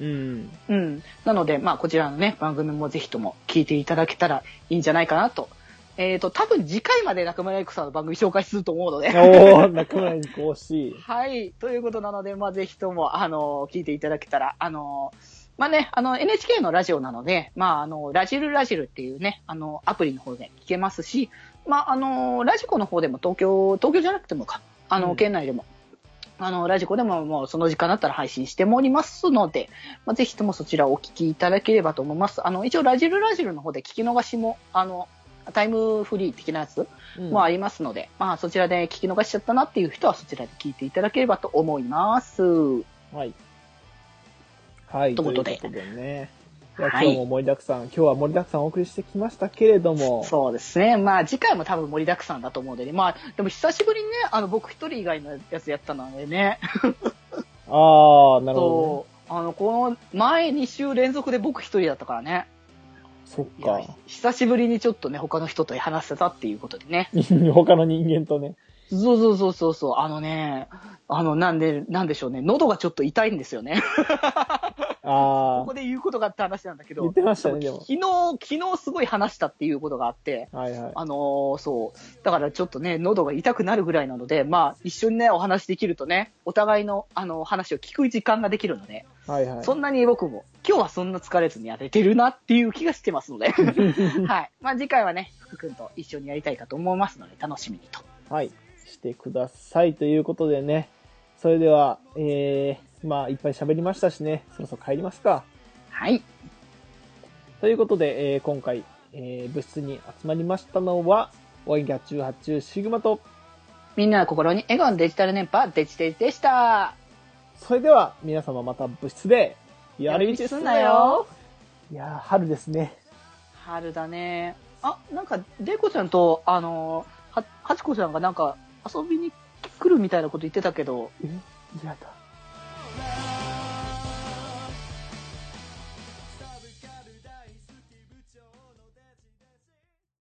うん。なので、まあこちらのね、番組もぜひとも聞いていただけたらいいんじゃないかなと。えっと、多分次回まで中村江里子さんの番組紹介すると思うので。 おー、中村江里子惜しい。 はい。ということなので、まあぜひとも、あの、聞いていただけたら、あの、まあね、あの、エヌエイチケー のラジオなので、まあ、あの、ラジルラジルっていうね、あの、アプリの方で聞けますし、まあ、あの、ラジコの方でも東京、東京じゃなくてもか、あの、うん、県内でもあの、ラジコでももうその時間だったら配信してもおりますので、まあ、ぜひともそちらをお聞きいただければと思います。あの、一応ラジルラジルの方で聞き逃しも、あの、タイムフリー的なやつもありますので、うん、まあそちらで聞き逃しちゃったなっていう人はそちらで聞いていただければと思います。 はい。はい。 ということで。 ということでね。いや、今日も盛りだくさん、はい、今日は盛りだくさんお送りしてきましたけれども。 そうですね。まあ次回も多分盛りだくさんだと思うので、ね、まあでも久しぶりにね、あの僕一人以外のやつやったのでね。 ああ、なるほど、ね。あの、この前に週連続で僕一人だったからね。 そっか。 久しぶりにちょっとね、他の人と話せたっていうことでね。 他の人間とね。 そうそうそうそうそう。あのね、あの、なんで、なんでしょうね。喉がちょっと痛いんですよね。 ああ。 ここで言うことがって話なんだけど。 言ってましたね、でも。 昨日、昨日すごい話したっていうことがあって。 はいはい。 あのー、そう。だからちょっとね、喉が痛くなるぐらいなので、まあ、一緒にね、お話できるとね、お互いの、あの、話を聞く時間ができるので。 はいはい。 そんなに僕も、今日はそんな疲れずにやれてるなっていう気がしてますので。はい。まあ次回はね、福くんと一緒にやりたいかと思いますので、楽しみにと。 はい。してくださいということでね。それでは、えー、まあいっぱい喋りましたしね、そろそろ帰りますか。 はい。 ということで、えー、今回、えー、部室に集まりましたのは、おいぎゃじゅうはち中シグマと、 みんな心に笑顔のデジタル電波、デジデジでした。 それでは、皆様また部室で、 やり道すんなよ。 いやー、春ですね。 春だね。あ、なんか、デコちゃんと、あのー、は、はちこちゃんがなんか、遊びに来るみたいなこと言ってたけど。 え、嫌だ。